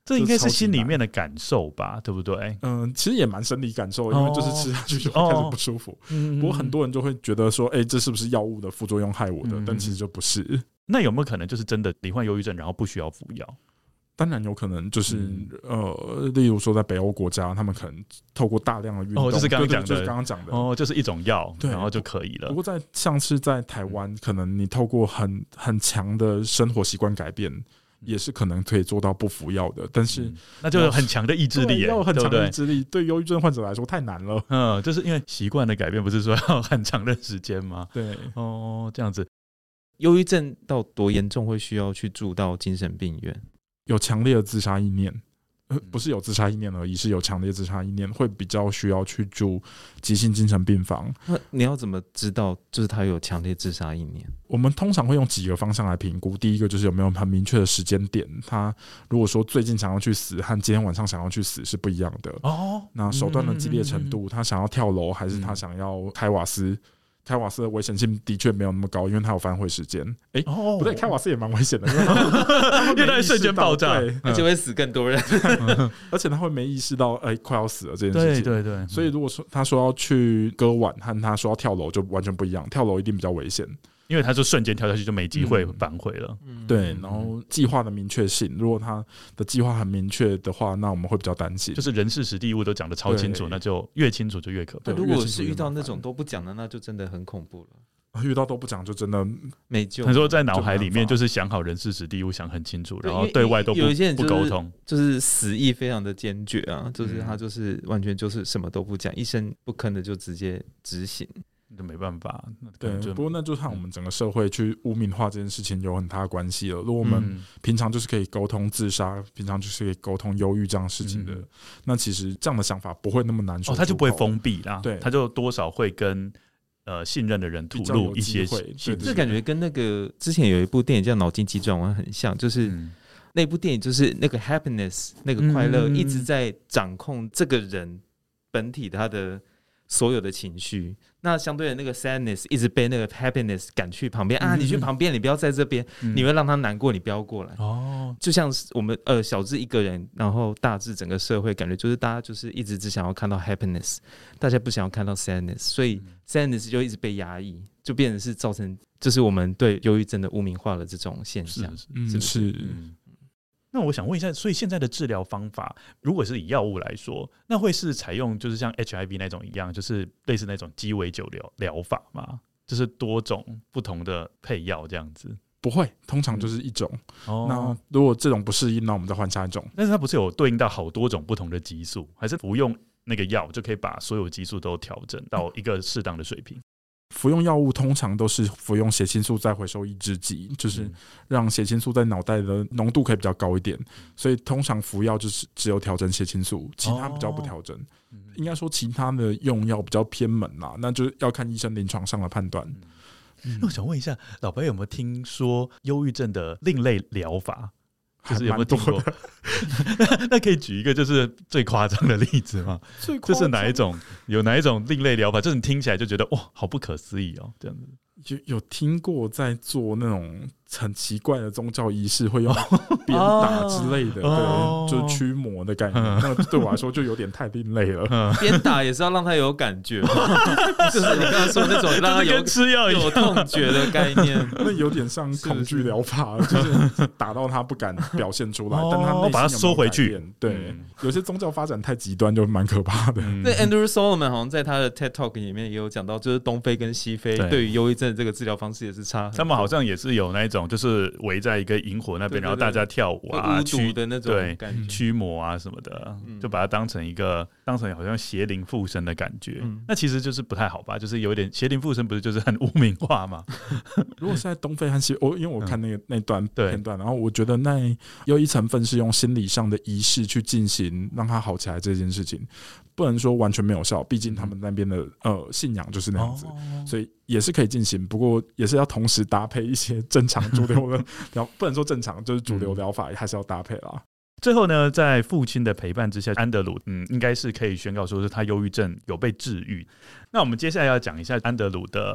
这应该是心里面的感受吧，对不对？ 其实也蛮生理感受，因为就是吃下去就会开始不舒服。不过很多人就会觉得说，这是不是药物的副作用害我的？但其实就不是。 那有没有可能就是真的罹患忧郁症，然后不需要服药？ 当然有可能，就是例如说在北欧国家，他们可能透过大量的运动， 就是刚刚讲的， 就是一种药，然后就可以了。 不过像是在台湾，可能你透过很强的生活习惯改变，也是可能可以做到不服药的。但是那就有很强的意志力， 要很强的意志力，对忧郁症患者来说太难了。 就是因为习惯的改变，不是说要很长的时间吗？ 对， 这样子。 忧郁症到多严重会需要去住到精神病院？ 有强烈的自杀意念，不是有自杀意念而已，是有强烈自杀意念，会比较需要去住急性精神病房。 那你要怎么知道就是他有强烈自杀意念？ 我们通常会用几个方向来评估。第一个就是有没有很明确的时间点，他如果说最近想要去死和今天晚上想要去死是不一样的。那手段的激烈程度，他想要跳楼还是他想要开瓦斯？开瓦斯的危险性的确没有那么高，因为它有反悔时间。不对，开瓦斯也蛮危险的，因为它会瞬间爆炸， 而且会死更多人， 而且他会没意识到快要死了这件事情。 对， 所以如果说他说要去割腕和他说要跳楼就完全不一样，跳楼一定比较危险。 因为他就瞬间跳下去就没机会反悔了。 对，然后计划的明确性，如果他的计划很明确的话，那我们会比较担心。 就是人事时地物都讲得超清楚，那就越清楚就越可怕。 如果是遇到那种都不讲的，那就真的很恐怖了。 遇到都不讲就真的没救。 他说在脑海里面就是想好人事时地物，想很清楚，然后对外都不沟通， 就是死意非常的坚决啊，就是他就是完全就是什么都不讲，一声不吭的就直接执行。 就没办法。 对，不过那就和我们整个社会去污名化这件事情有很大的关系了。如果我们平常就是可以沟通自杀，平常就是可以沟通忧郁这样的事情的，那其实这样的想法不会那么难说。 他就不会封闭啦， 对， 他就多少会跟信任的人吐露一些这感觉跟那个之前有一部电影叫《脑筋急转弯》很像，就是那部电影就是那个 happiness 那个快乐一直在掌控这个人本体他的所有的情绪，那相对的那个 sadness 一直被那个 happiness 赶去旁边你去旁边，你不要在这边，你会让他难过，你不要过来。就像是我们小至一个人，然后大至整个社会，感觉就是大家就是一直只想要看到 happiness， 大家不想要看到 sadness， 所以 sadness 就一直被压抑，就变成是造成就是我们对忧郁症的污名化的这种现象。 是。 那我想问一下，所以现在的治疗方法，如果是以药物来说，那会是采用就是像 HIV 那种一样，就是类似那种鸡尾酒疗法吗？就是多种不同的配药这样子？ 不会，通常就是一种。那如果这种不适应，那我们再换下一种。 但是它不是有对应到好多种不同的激素，还是服用那个药就可以把所有激素都调整到一个适当的水平？ 服用药物通常都是服用血清素再回收抑制剂，就是让血清素在脑袋的浓度可以比较高一点，所以通常服药就是只有调整血清素，其他比较不调整。应该说其他的用药比较偏门啦，那就要看医生临床上的判断。 那我想问一下，老白有没有听说忧郁症的另类疗法？就是有没有听过？那可以举一个就是最夸张的例子吗？就是哪一种有哪一种另类疗法，就是你听起来就觉得哇，好不可思议哦，这样子。 有听过在做那种很奇怪的宗教仪式，会用鞭打之类的，对，就是驱魔的概念。那对我来说就有点太另类了。 鞭打也是要让他有感觉，就是你刚刚说那种让他有吃药有痛觉的概念， 那有点像恐惧疗法，就是打到他不敢表现出来，但他内心把它收回去。 对，有些宗教发展太极端就蛮可怕的。 那 Andrew Solomon 好像在他的 TED Talk 里面也有讲到，就是东非跟西非对于忧郁症这个治疗方式也是差很多。 他们好像也是有那一种，就是围在一个萤火那边，然后大家跳舞啊， 驱的那种感觉， 驱魔啊什么的，就把它当成好像邪灵附身的感觉。那其实就是不太好吧？就是有一点邪灵附身，不是就是很污名化吗？ 如果是在东非和西，因为我看那段片段，然后我觉得那有一成分是用心理上的仪式去进行让它好起来这件事情。不能说完全没有效，毕竟他们那边的信仰就是那样子，所以也是可以进行，不过也是要同时搭配一些正常主流的疗，不能说正常，就是主流疗法还是要搭配啦。 最后呢，在父亲的陪伴之下，安德鲁应该是可以宣告说是他忧郁症有被治愈。那我们接下来要讲一下安德鲁的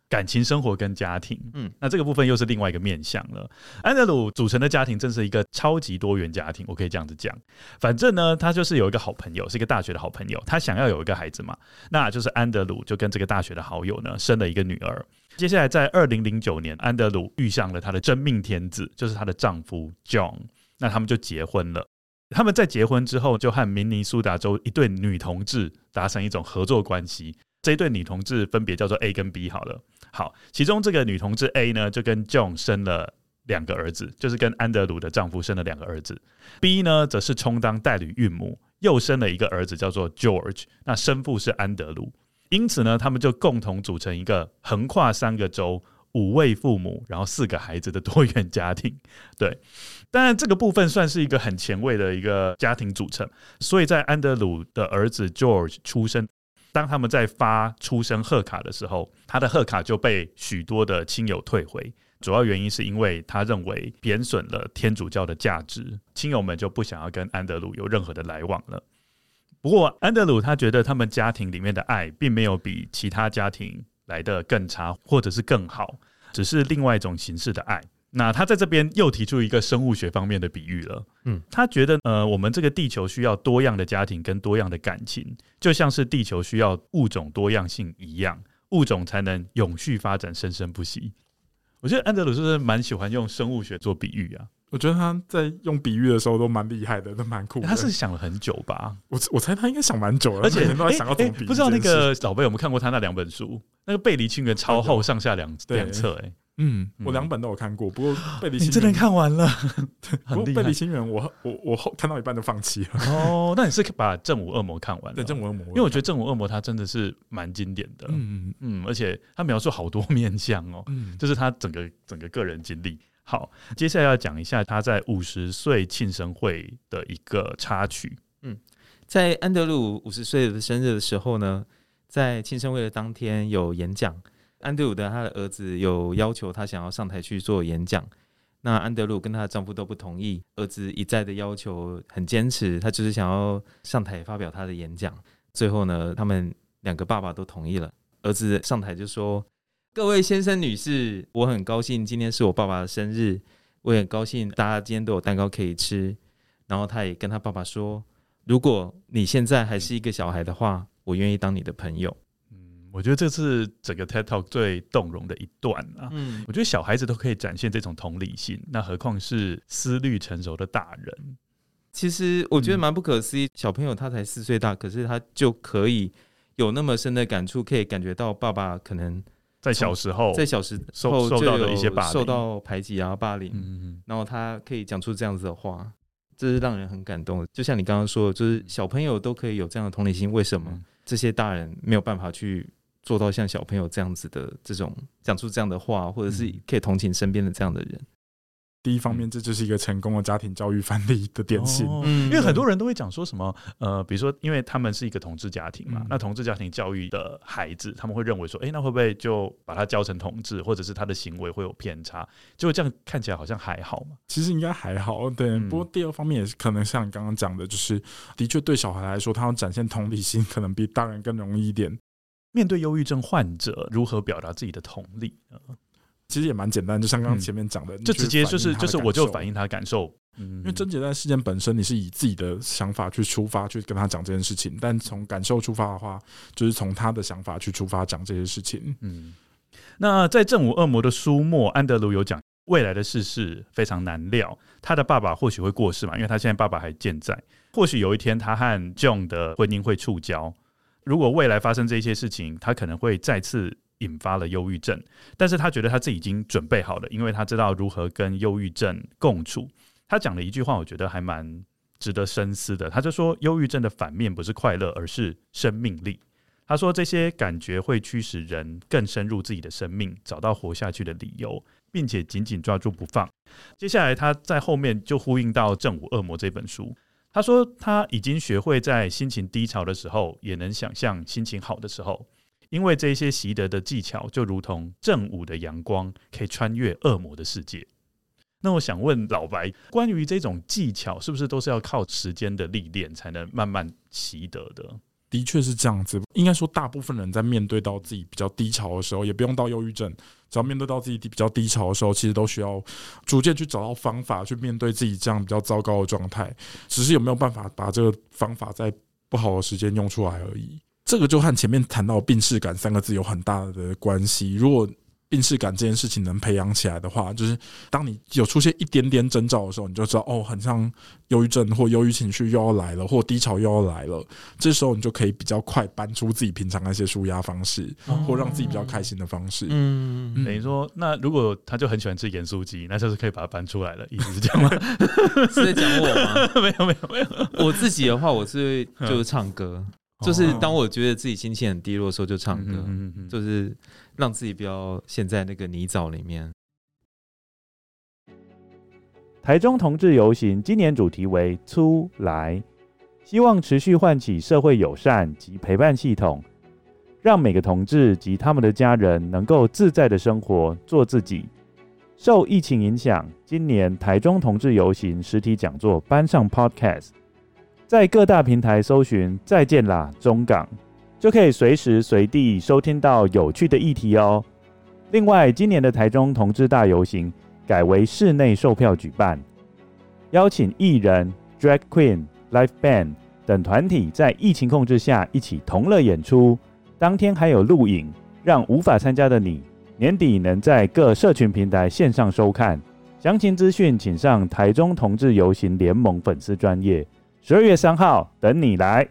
感情生活跟家庭，那这个部分又是另外一个面向了。安德鲁组成的家庭真是一个超级多元家庭，我可以这样子讲。反正呢，他就是有一个好朋友，是一个大学的好朋友，他想要有一个孩子嘛，那就是安德鲁就跟这个大学的好友呢生了一个女儿。接下来在2009年，安德鲁遇上了他的真命天子，就是他的丈夫 John， 那他们就结婚了。他们在结婚之后，就和明尼苏达州一对女同志达成一种合作关系。这一对女同志分别叫做 A 跟 B 好了。好，其中这个女同志 A 呢，就跟 John 生了2个儿子，就是跟安德鲁的丈夫生了2个儿子。B 呢，则是充当代理孕母，又生了一个儿子叫做 George， 那生父是安德鲁。因此呢，他们就共同组成一个横跨3个州、5位父母，然后4个孩子的多元家庭。对，当然这个部分算是一个很前卫的一个家庭组成。所以在安德鲁的儿子 George 出生，当他们在发出生贺卡的时候，他的贺卡就被许多的亲友退回，主要原因是因为他认为贬损了天主教的价值，亲友们就不想要跟安德鲁有任何的来往了。不过安德鲁他觉得他们家庭里面的爱并没有比其他家庭来得更差或者是更好，只是另外一种形式的爱。那他在这边又提出一个生物学方面的比喻了，他觉得我们这个地球需要多样的家庭跟多样的感情，就像是地球需要物种多样性一样，物种才能永续发展生生不息。我觉得安德鲁是不是蛮喜欢用生物学做比喻啊？ 我觉得他在用比喻的时候都蛮厉害的，都蛮酷的。 他是想了很久吧？ 我猜他应该想蛮久了， 而且每天都在想要怎么比喻。 不知道那个老贝有没有看过他那2本书？那个《背离亲缘》超厚，上下两册， 我2本都有看过，不过背离亲缘你真的看完了？ 不过背离亲缘我看到一半就放弃了。 哦，那你是把《正午恶魔》看完了？ 对，《正午恶魔》， 因为我觉得《正午恶魔》它真的是蛮经典的，而且他描述好多面向哦，就是他整个个人经历。好，接下来要讲一下他在50岁庆生会的一个插曲。 在安德鲁50岁的生日的时候呢，在庆生会的当天有演讲。安德鲁他的儿子有要求他想要上台去做演讲，那安德鲁跟她的丈夫都不同意，儿子一再的要求，很坚持，他就是想要上台发表他的演讲。最后呢，他们2个爸爸都同意了。儿子上台就说：“各位先生女士，我很高兴今天是我爸爸的生日，我也很高兴大家今天都有蛋糕可以吃。”然后他也跟他爸爸说：“如果你现在还是一个小孩的话，我愿意当你的朋友。” 我觉得这是整个 TED Talk 最动容的一段啊！我觉得小孩子都可以展现这种同理心，那何况是思虑成熟的大人？ 其实我觉得蛮不可思议，小朋友他才4岁大，可是他就可以有那么深的感触，可以感觉到爸爸可能在小时候受到的一些霸凌， 受到排挤啊霸凌，然后他可以讲出这样子的话，这是让人很感动的。就像你刚刚说的，就是小朋友都可以有这样的同理心，为什么这些大人没有办法去做到像小朋友这样子的这种讲出这样的话，或者是可以同情身边的这样的人？ 第一方面，这就是一个成功的家庭教育范例的典型。 因为很多人都会讲说什么，比如说，因为他们是一个同志家庭嘛，那同志家庭教育的孩子，他们会认为说，那会不会就把他教成同志，或者是他的行为会有偏差？结果这样看起来好像还好嘛。 其实应该还好，对。不过第二方面也是可能像你刚刚讲的，就是的确对小孩来说，他要展现同理心，可能比大人更容易一点。 面对忧郁症患者，如何表达自己的同理呢？ 其实也蛮简单，就像刚刚前面讲的， 就直接就是我就反映他的感受。 因为症结在事件本身，你是以自己的想法去出发，去跟他讲这件事情；但从感受出发的话，就是从他的想法去出发讲这些事情。 那在《正午恶魔》的书末，安德鲁有讲未来的世事非常难料，他的爸爸或许会过世嘛，因为他现在爸爸还健在，或许有一天他和 John 的婚姻会触礁。如果未来发生这些事情，他可能会再次引发了忧郁症，但是他觉得他自己已经准备好了，因为他知道如何跟忧郁症共处。他讲了一句话，我觉得还蛮值得深思的。他就说，忧郁症的反面不是快乐，而是生命力。他说，这些感觉会驱使人更深入自己的生命，找到活下去的理由，并且紧紧抓住不放。接下来他在后面就呼应到《正午恶魔》这本书。他说他已经学会在心情低潮的时候也能想象心情好的时候，因为这些习得的技巧就如同正午的阳光，可以穿越恶魔的世界。那我想问老白，关于这种技巧是不是都是要靠时间的历练才能慢慢习得的？ 的确是这样子，应该说大部分人在面对到自己比较低潮的时候，也不用到忧郁症，只要面对到自己比较低潮的时候，其实都需要逐渐去找到方法去面对自己这样比较糟糕的状态，只是有没有办法把这个方法在不好的时间用出来而已。这个就和前面谈到病识感3个字有很大的关系。如果病识感这件事情能培养起来的话，就是当你有出现一点点征兆的时候，你就知道哦，很像忧郁症或忧郁情绪又要来了，或低潮又要来了。这时候你就可以比较快搬出自己平常那些抒压方式，或让自己比较开心的方式。 等于说，那如果他就很喜欢吃盐酥鸡，那就是可以把它搬出来了，意思是这样吗？ 是在讲我吗？ 没有。 我自己的话，我是就是唱歌。就是当我觉得自己心情很低落的时候，就唱歌，就是让自己不要陷在那个泥沼里面。 台中同志游行今年主题为出来，希望持续唤起社会友善及陪伴系统，让每个同志及他们的家人能够自在的生活，做自己。受疫情影响，今年台中同志游行实体讲座搬上 Podcast。在各大平台搜寻再见啦中港，就可以随时随地收听到有趣的议题哦。另外，今年的台中同志大游行改为室内售票举办，邀请艺人、drag queen、live band 等团体在疫情控制下一起同乐演出，当天还有录影，让无法参加的你年底能在各社群平台线上收看。详情资讯请上台中同志游行联盟粉丝专页。12月3号等你来。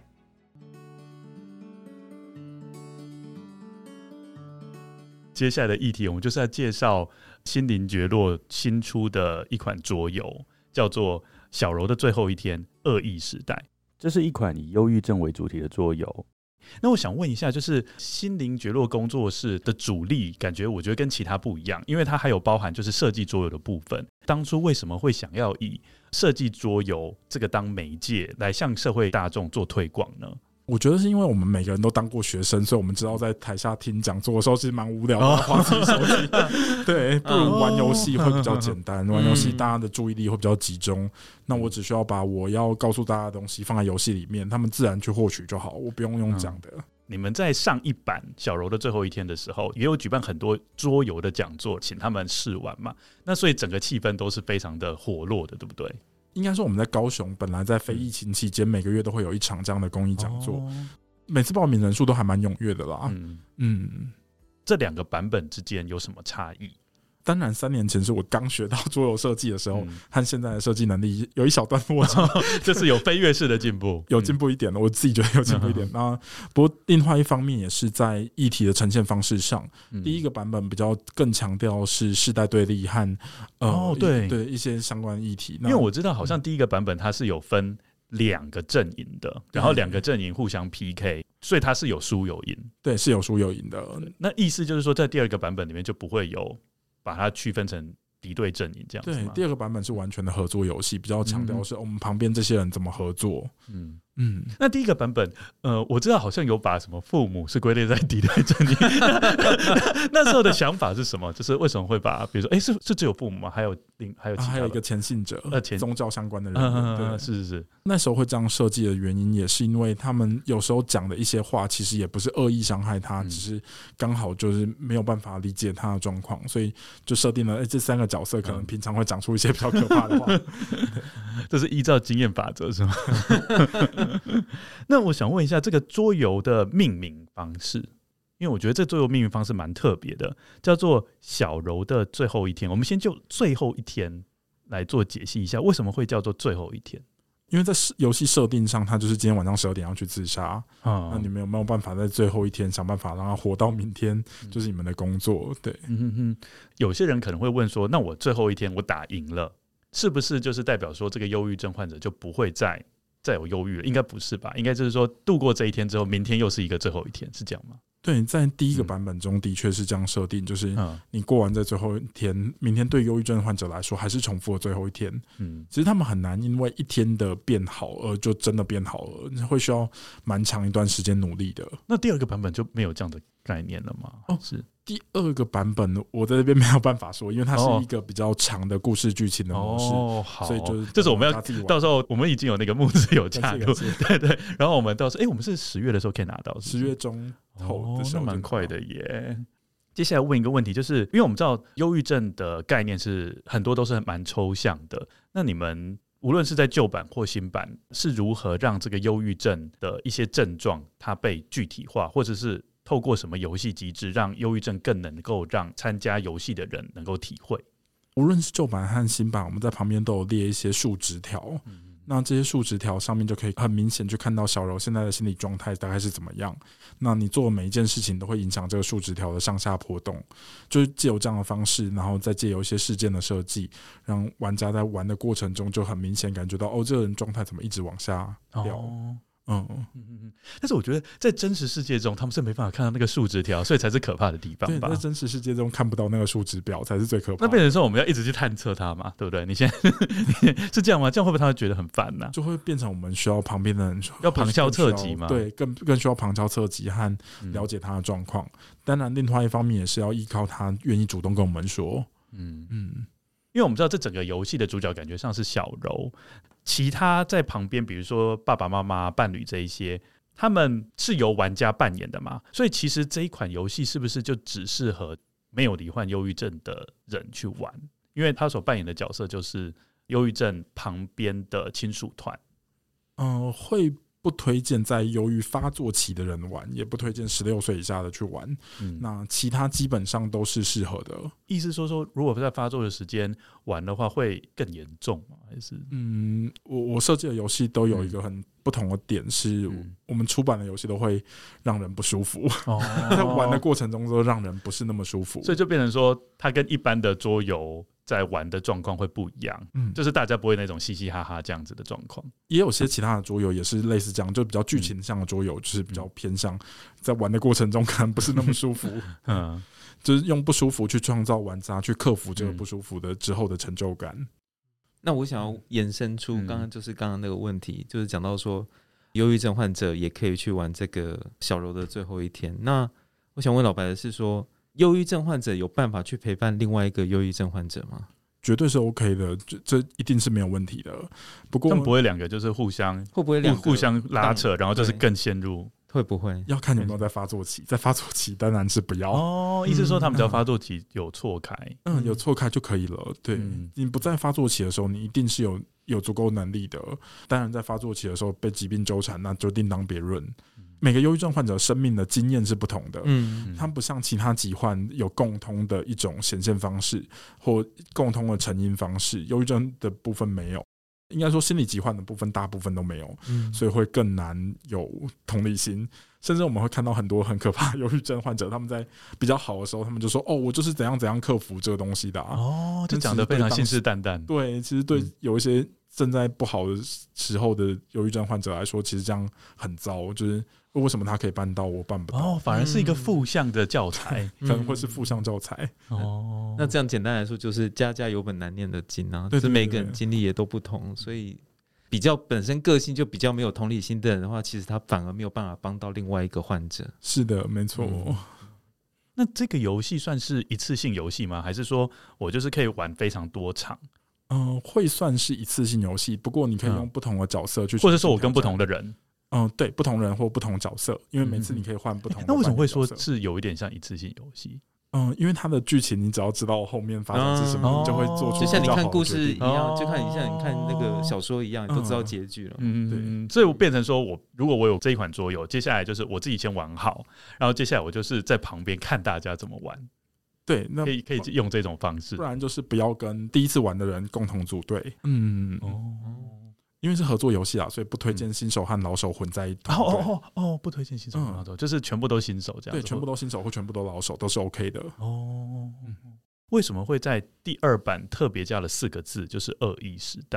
接下来的议题，我们就是要介绍心灵觉落新出的一款桌游，叫做《小柔的最后一天：恶意时代》。 这是一款以忧郁症为主题的桌游。 那我想问一下，就是心灵觉落工作室的主力，感觉我觉得跟其他不一样，因为它还有包含就是设计桌游的部分。当初为什么会想要以设计桌游这个当媒介来向社会大众做推广呢？ 我觉得是因为我们每个人都当过学生，所以我们知道在台下听讲座的时候其实蛮无聊的，滑自己手机，对，不如玩游戏会比较简单。玩游戏大家的注意力会比较集中，那我只需要把我要告诉大家的东西放在游戏里面，他们自然去获取就好，我不用用讲的。 你们在上一版小柔的最后一天的时候，也有举办很多桌游的讲座，请他们试玩嘛，那所以整个气氛都是非常的活络的，对不对？ 应该说我们在高雄本来在非疫情期间每个月都会有一场这样的公益讲座，每次报名人数都还蛮踊跃的啦。 这2个版本之间有什么差异？ 当然3年前是我刚学到桌游设计的时候，和现在的设计能力有一小段落差， 就是有飞跃式的进步， 有进步一点了，我自己觉得有进步一点。那不过另外一方面也是在议题的呈现方式上，第一个版本比较更强调是世代对立和对一些相关议题。 因为我知道好像第一个版本它是有分2个阵营的，然后2个阵营互相 PK， 所以它是有输有赢。 对，是有输有赢的。 那意思就是说，在第2个版本里面就不会有把它区分成敌对阵营这样子吗？ 对，第2个版本是完全的合作游戏，比较强调是我们旁边这些人怎么合作。 那第1个版本，我知道好像有把什么父母是归类在敌对阵营，那时候的想法是什么？就是为什么会把，比如说，是只有父母吗？还有一个前信者，宗教相关的人，对， 是。 那时候会这样设计的原因，也是因为他们有时候讲的一些话，其实也不是恶意伤害他，只是刚好就是没有办法理解他的状况，所以就设定了，这3个角色可能平常会讲出一些比较可怕的话。 这是依照经验法则是吗？那我想问一下，这个桌游的命名方式，因为我觉得这桌游命名方式蛮特别的，叫做小柔的最后一天。我们先就最后一天来做解析一下，为什么会叫做最后一天？ 因为在游戏设定上，他就是今天晚上12点要去自杀，那你们有没有办法在最后一天想办法让他活到明天？就是你们的工作。对， 有些人可能会问说，那我最后一天我打赢了，是不是就是代表说这个忧郁症患者就不会再有忧郁了？应该不是吧？应该就是说度过这一天之后，明天又是一个最后一天，是这样吗？ 对，在第一个版本中的确是这样设定，就是你过完这最后一天，明天对忧郁症患者来说还是重复的最后一天。其实他们很难因为一天的变好而就真的变好了，会需要蛮长一段时间努力的。 那第二个版本就没有这样的概念了吗？是第二个版本我在这边没有办法说，因为它是一个比较长的故事剧情的模式， 好， 所以就是我们要到时候我们已经有那个募资有加入，对对，然后我们到时候我们是10月的时候可以拿到，10 月中头的时候， 那蛮快的耶。接下来问一个问题，就是因为我们知道忧郁症的概念是很多都是蛮抽象的，那你们无论是在旧版或新版，是如何让这个忧郁症的一些症状它被具体化，或者是透过什么游戏机制让忧郁症更能够让参加游戏的人能够体会？ 无论是旧版和新版，我们在旁边都有列一些数值条，那这些数值条上面就可以很明显去看到小柔现在的心理状态大概是怎么样。那你做的每一件事情都会影响这个数值条的上下波动，就是借由这样的方式，然后再借由一些事件的设计，让玩家在玩的过程中就很明显感觉到，这个人状态怎么一直往下掉。 但是我觉得在真实世界中他们是没办法看到那个数值条，所以才是可怕的地方吧。 对，在真实世界中看不到那个数值表才是最可怕的。 那变成说我们要一直去探测它嘛，对不对？你现在是这样吗？这样会不会他会觉得很烦呢？ 就会变成我们需要旁边的人要旁敲侧击吗？ 对，更需要旁敲侧击和了解他的状况。当然另外一方面也是要依靠他愿意主动跟我们说。 因为我们知道这整个游戏的主角感觉上是小柔，其他在旁边比如说爸爸妈妈伴侣这一些他们是由玩家扮演的嘛，所以其实这一款游戏是不是就只适合没有罹患忧郁症的人去玩？因为他所扮演的角色就是忧郁症旁边的亲属团。 会不推荐在忧郁发作期的人玩，也不推荐16岁以下的去玩。那其他基本上都是适合的。 意思说如果在发作的时间玩的话会更严重吗？还是我设计的游戏都有一个很不同的点，是我们出版的游戏都会让人不舒服，在玩的过程中都让人不是那么舒服， 所以就变成说它跟一般的桌游在玩的状况会不一样，就是大家不会那种嘻嘻哈哈这样子的状况。 也有些其他的桌游也是类似这样，就比较剧情向的桌游，就是比较偏向在玩的过程中可能不是那么舒服，就是用不舒服去创造玩家去克服这个不舒服的之后的成就感。 那我想要延伸出刚刚那个问题，就是讲到说忧郁症患者也可以去玩这个小柔的最后一天。那我想问老白的是说，忧郁症患者有办法去陪伴另外一个忧郁症患者吗？ 绝对是 OK 的，这一定是没有问题的。不过他们不会两个就是互相拉扯，然后就是更陷入。 会不会要看有没有在发作期？在发作期当然是不要。 意思说他们只要发作期有错开， 有错开就可以了。对，你不在发作期的时候，你一定是有足够能力的。当然，在发作期的时候被疾病纠缠，那就另当别论。每个忧郁症患者生命的经验是不同的，他们不像其他疾患有共通的一种显现方式或共通的成因方式，忧郁症的部分没有。应该说心理疾患的部分大部分都没有，所以会更难有同理心。甚至我们会看到很多很可怕的忧郁症患者，他们在比较好的时候他们就说我就是怎样怎样克服这个东西的就讲得非常信誓旦旦。 对，其实对有一些正在不好的时候的忧郁症患者来说，其实这样很糟，就是为什么他可以办到我办不到？ 反而是一个负向的教材， 可能会是负向教材。 那这样简单来说，就是家家有本难念的经啊，就是每个人经历也都不同，所以比较本身个性就比较没有同理心的人的话，其实他反而没有办法帮到另外一个患者。 是的，没错。 那这个游戏算是一次性游戏吗？还是说我就是可以玩非常多场？ 会算是一次性游戏，不过你可以用不同的角色去， 或者说我跟不同的人。 对，不同人或不同角色，因为每次你可以换不同的。 那为什么会说是有一点像一次性游戏？ 因为它的剧情你只要知道后面发生是什么，你就会做出就像你看故事一样，就像你看那个小说一样，你都知道结局了。 对，所以我变成说如果我有这一款桌游，接下来就是我自己先玩好，然后接下来我就是在旁边看大家怎么玩。 对，那可以用这种方式， 不然就是不要跟第一次玩的人共同组队。因为是合作游戏啊，所以不推荐新手和老手混在一起。 不推荐新手和老手，就是全部都新手这样。 对，全部都新手或全部都老手都是 OK 的。 为什么会在第2版特别加了4个字，就是恶意时代？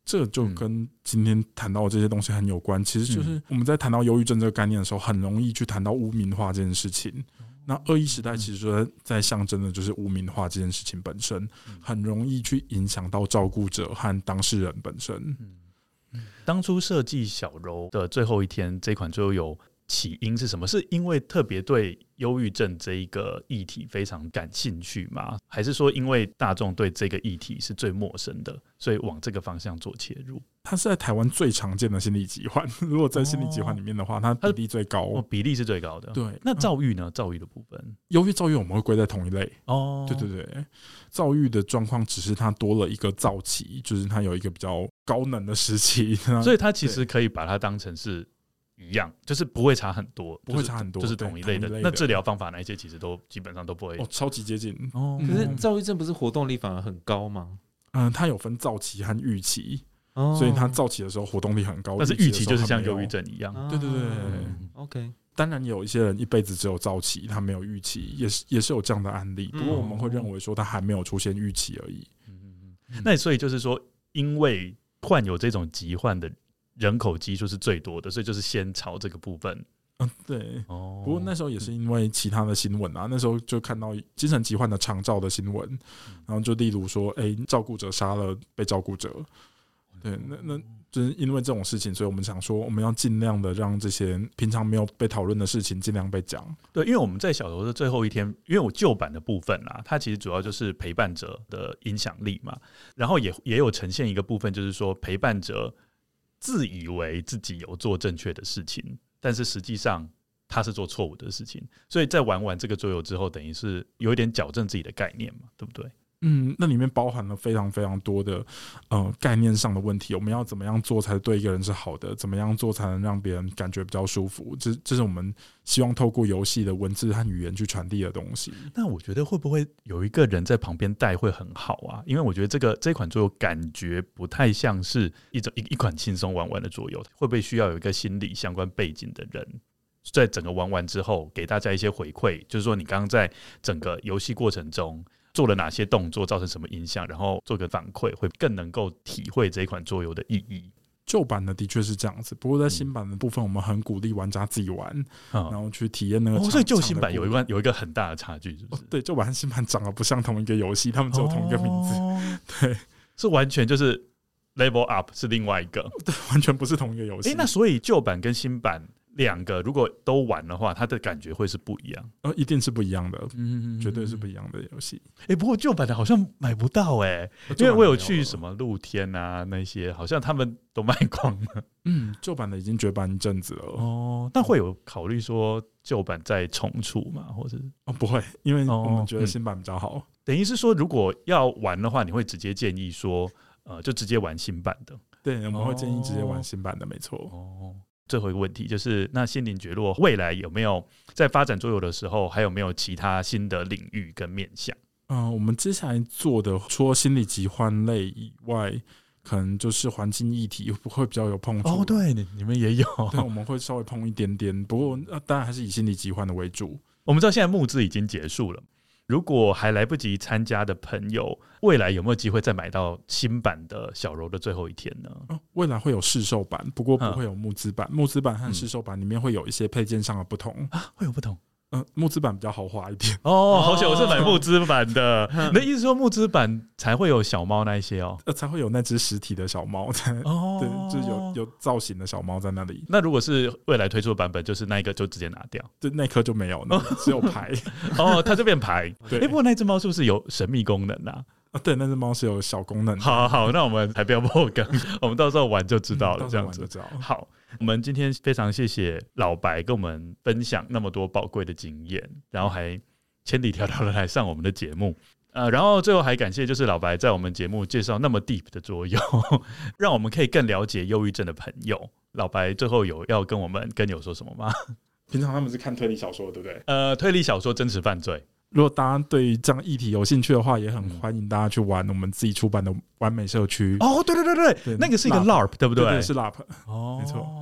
这就跟今天谈到的这些东西很有关。其实就是我们在谈到忧郁症这个概念的时候，很容易去谈到污名化这件事情。那21时代其实就在象征的就是污名化这件事情本身，很容易去影响到照顾者和当事人本身。 当初设计小柔的最后一天这款桌游起因是什么？是因为特别对忧郁症这一个议题非常感兴趣吗？还是说因为大众对这个议题是最陌生的，所以往这个方向做切入？ 它是在台湾最常见的心理疾患，如果在心理疾患里面的话，它比例最高， 比例是最高的。 对， 那躁郁呢？躁郁的部分， 忧郁、躁郁我们会归在同一类。对对对，躁郁的状况只是它多了一个躁期，就是它有一个比较高能的时期， 所以它其实可以把它当成是一样，就是不会差很多， 不会差很多， 就是同一类的。那治疗方法那一些其实都基本上都不会超级接近。 可是躁郁症不是活动力反而很高吗？ 它有分躁期和预期，所以它躁期的时候活动力很高， 但是预期就是像忧郁症一样。 对对对 ，OK。 当然有一些人一辈子只有躁期，他没有预期，也是有这样的案例。不过我们会认为说他还没有出现预期而已。 那所以就是说，因为患有这种疾患的人口基数是最多的，所以就是先朝这个部分。 对。不过那时候也是因为其他的新闻啊，那时候就看到精神疾患的长照的新闻，然后就例如说，照顾者杀了被照顾者。对，那就是因为这种事情，所以我们想说，我们要尽量的让这些平常没有被讨论的事情尽量被讲。 对，因为我们在小柔的最后一天，因为我旧版的部分啦，它其实主要就是陪伴者的影响力嘛，然后也有呈现一个部分，就是说陪伴者自以为自己有做正确的事情，但是实际上他是做错误的事情，所以在玩完这个桌游之后，等于是有一点矫正自己的概念嘛，对不对？ 那里面包含了非常非常多的概念上的问题。我们要怎么样做才对一个人是好的？怎么样做才能让别人感觉比较舒服？这是我们希望透过游戏的文字和语言去传递的东西。 那我觉得会不会有一个人在旁边带会很好啊？因为我觉得这款桌游感觉不太像是一款轻松玩的桌游，会不会需要有一个心理相关背景的人？在整个玩完之后，给大家一些回馈，就是说你刚刚在整个游戏过程中做了哪些动作，造成什么影响，然后做个反馈，会更能够体会这一款桌游的意义。 旧版的的确是这样子，不过在新版的部分，我们很鼓励玩家自己玩，然后去体验那个。 所以旧新版有一个很大的差距，是不是？ 对，旧版和新版长得不像同一个游戏，他们只有同一个名字。对， 是完全就是 level up 是另外一个， 对，完全不是同一个游戏。 那所以旧版跟新版两个如果都玩的话，它的感觉会是不一样。 一定是不一样的，绝对是不一样的游戏。 不过旧版的好像买不到因为我有去什么露天啊那些，好像他们都卖光了。 旧版的已经绝版一阵子了。 但会有考虑说旧版再重出吗？或者不会，因为我们觉得新版比较好。 等于是说，如果要玩的话，你会直接建议说，就直接玩新版的。 对，我们会建议直接玩新版的，没错。 最后一个问题就是，那心灵觉落未来有没有在发展桌游的时候，还有没有其他新的领域跟面向？ 我们接下来做的除了心理疾患类以外，可能就是环境议题会比较有碰触。 对，你们也有。 对，我们会稍微碰一点点，不过当然还是以心理疾患的为主。 我们知道现在募资已经结束了。如果还来不及参加的朋友，未来有没有机会再买到新版的小柔的最后一天呢？ 未来会有市售版，不过不会有募资版。募资版和市售版里面会有一些配件上的不同会有不同。 募资版比较豪华一点。 好险我是买募资版的。你的意思说募资版才会有小猫那一些才会有那只实体的小猫在对，就是有造型的小猫在那里。 那如果是未来推出的版本，就是那一个就直接拿掉， 对，那颗就没有，只有牌。 它就变牌。对，不过那只猫是不是有神秘功能啊？ 对，那只猫是有小功能的。 好，那我们还不要破梗，我们到时候玩就知道了。这样子好。我们今天非常谢谢老白跟我们分享那么多宝贵的经验，然后还千里迢迢的来上我们的节目。然后最后还感谢就是老白在我们节目介绍那么 deep 的桌游，让我们可以更了解忧郁症的朋友。老白最后有要跟我们跟友说什么吗？ 平常他们是看推理小说，对不对？ 推理小说真实犯罪。 如果大家对于这样议题有兴趣的话，也很欢迎大家去玩我们自己出版的完美社区。 对，那个是一个 LARP 对不对？ 对，是 LARP。没错。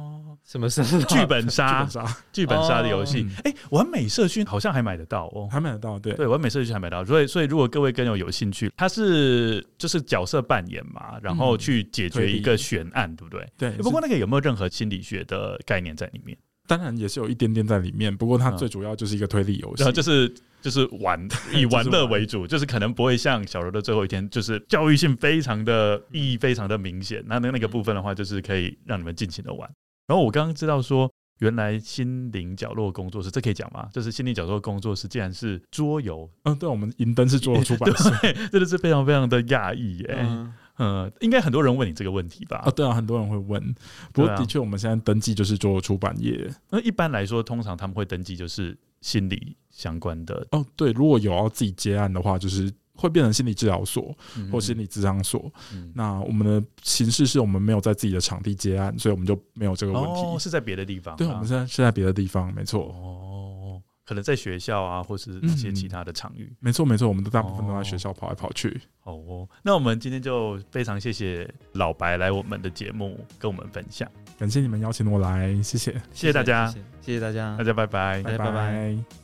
什么是剧本杀？剧本杀的游戏。完美社区好像还买得到哦， 还买得到，对， 完美社区还买得到。所以如果各位跟友有兴趣，它是就是角色扮演嘛，然后去解决一个悬案，对不对？ 对。 不过那个有没有任何心理学的概念在里面？ 当然也是有一点点在里面，不过它最主要就是一个推理游戏， 然后就是以玩乐为主，就是可能不会像小柔的最后一天，就是教育性非常的意义非常的明显。那个部分的话，就是可以让你们尽情的玩。然后我刚刚知道说，原来心灵角落工作室，这可以讲吗？就是心灵角落工作室竟然是桌游， 对，我们银灯是桌游出版社， 对，真的是非常非常的讶异耶。应该很多人问你这个问题吧？ 对啊，很多人会问。不过的确，我们现在登记就是桌游出版业。 那一般来说，通常他们会登记就是心理相关的。 对，如果有要自己接案的话，就是会变成心理治疗所或心理咨商所。那我们的形式是我们没有在自己的场地接案，所以我们就没有这个问题。 是在别的地方？ 对，我们现在是在别的地方，没错。 可能在学校啊，或是一些其他的场域。 没错，我们的大部分都在学校跑来跑去。 那我们今天就非常谢谢老白来我们的节目跟我们分享， 感谢你们邀请我来，谢谢大家， 谢谢大家， 大家拜拜， 拜拜。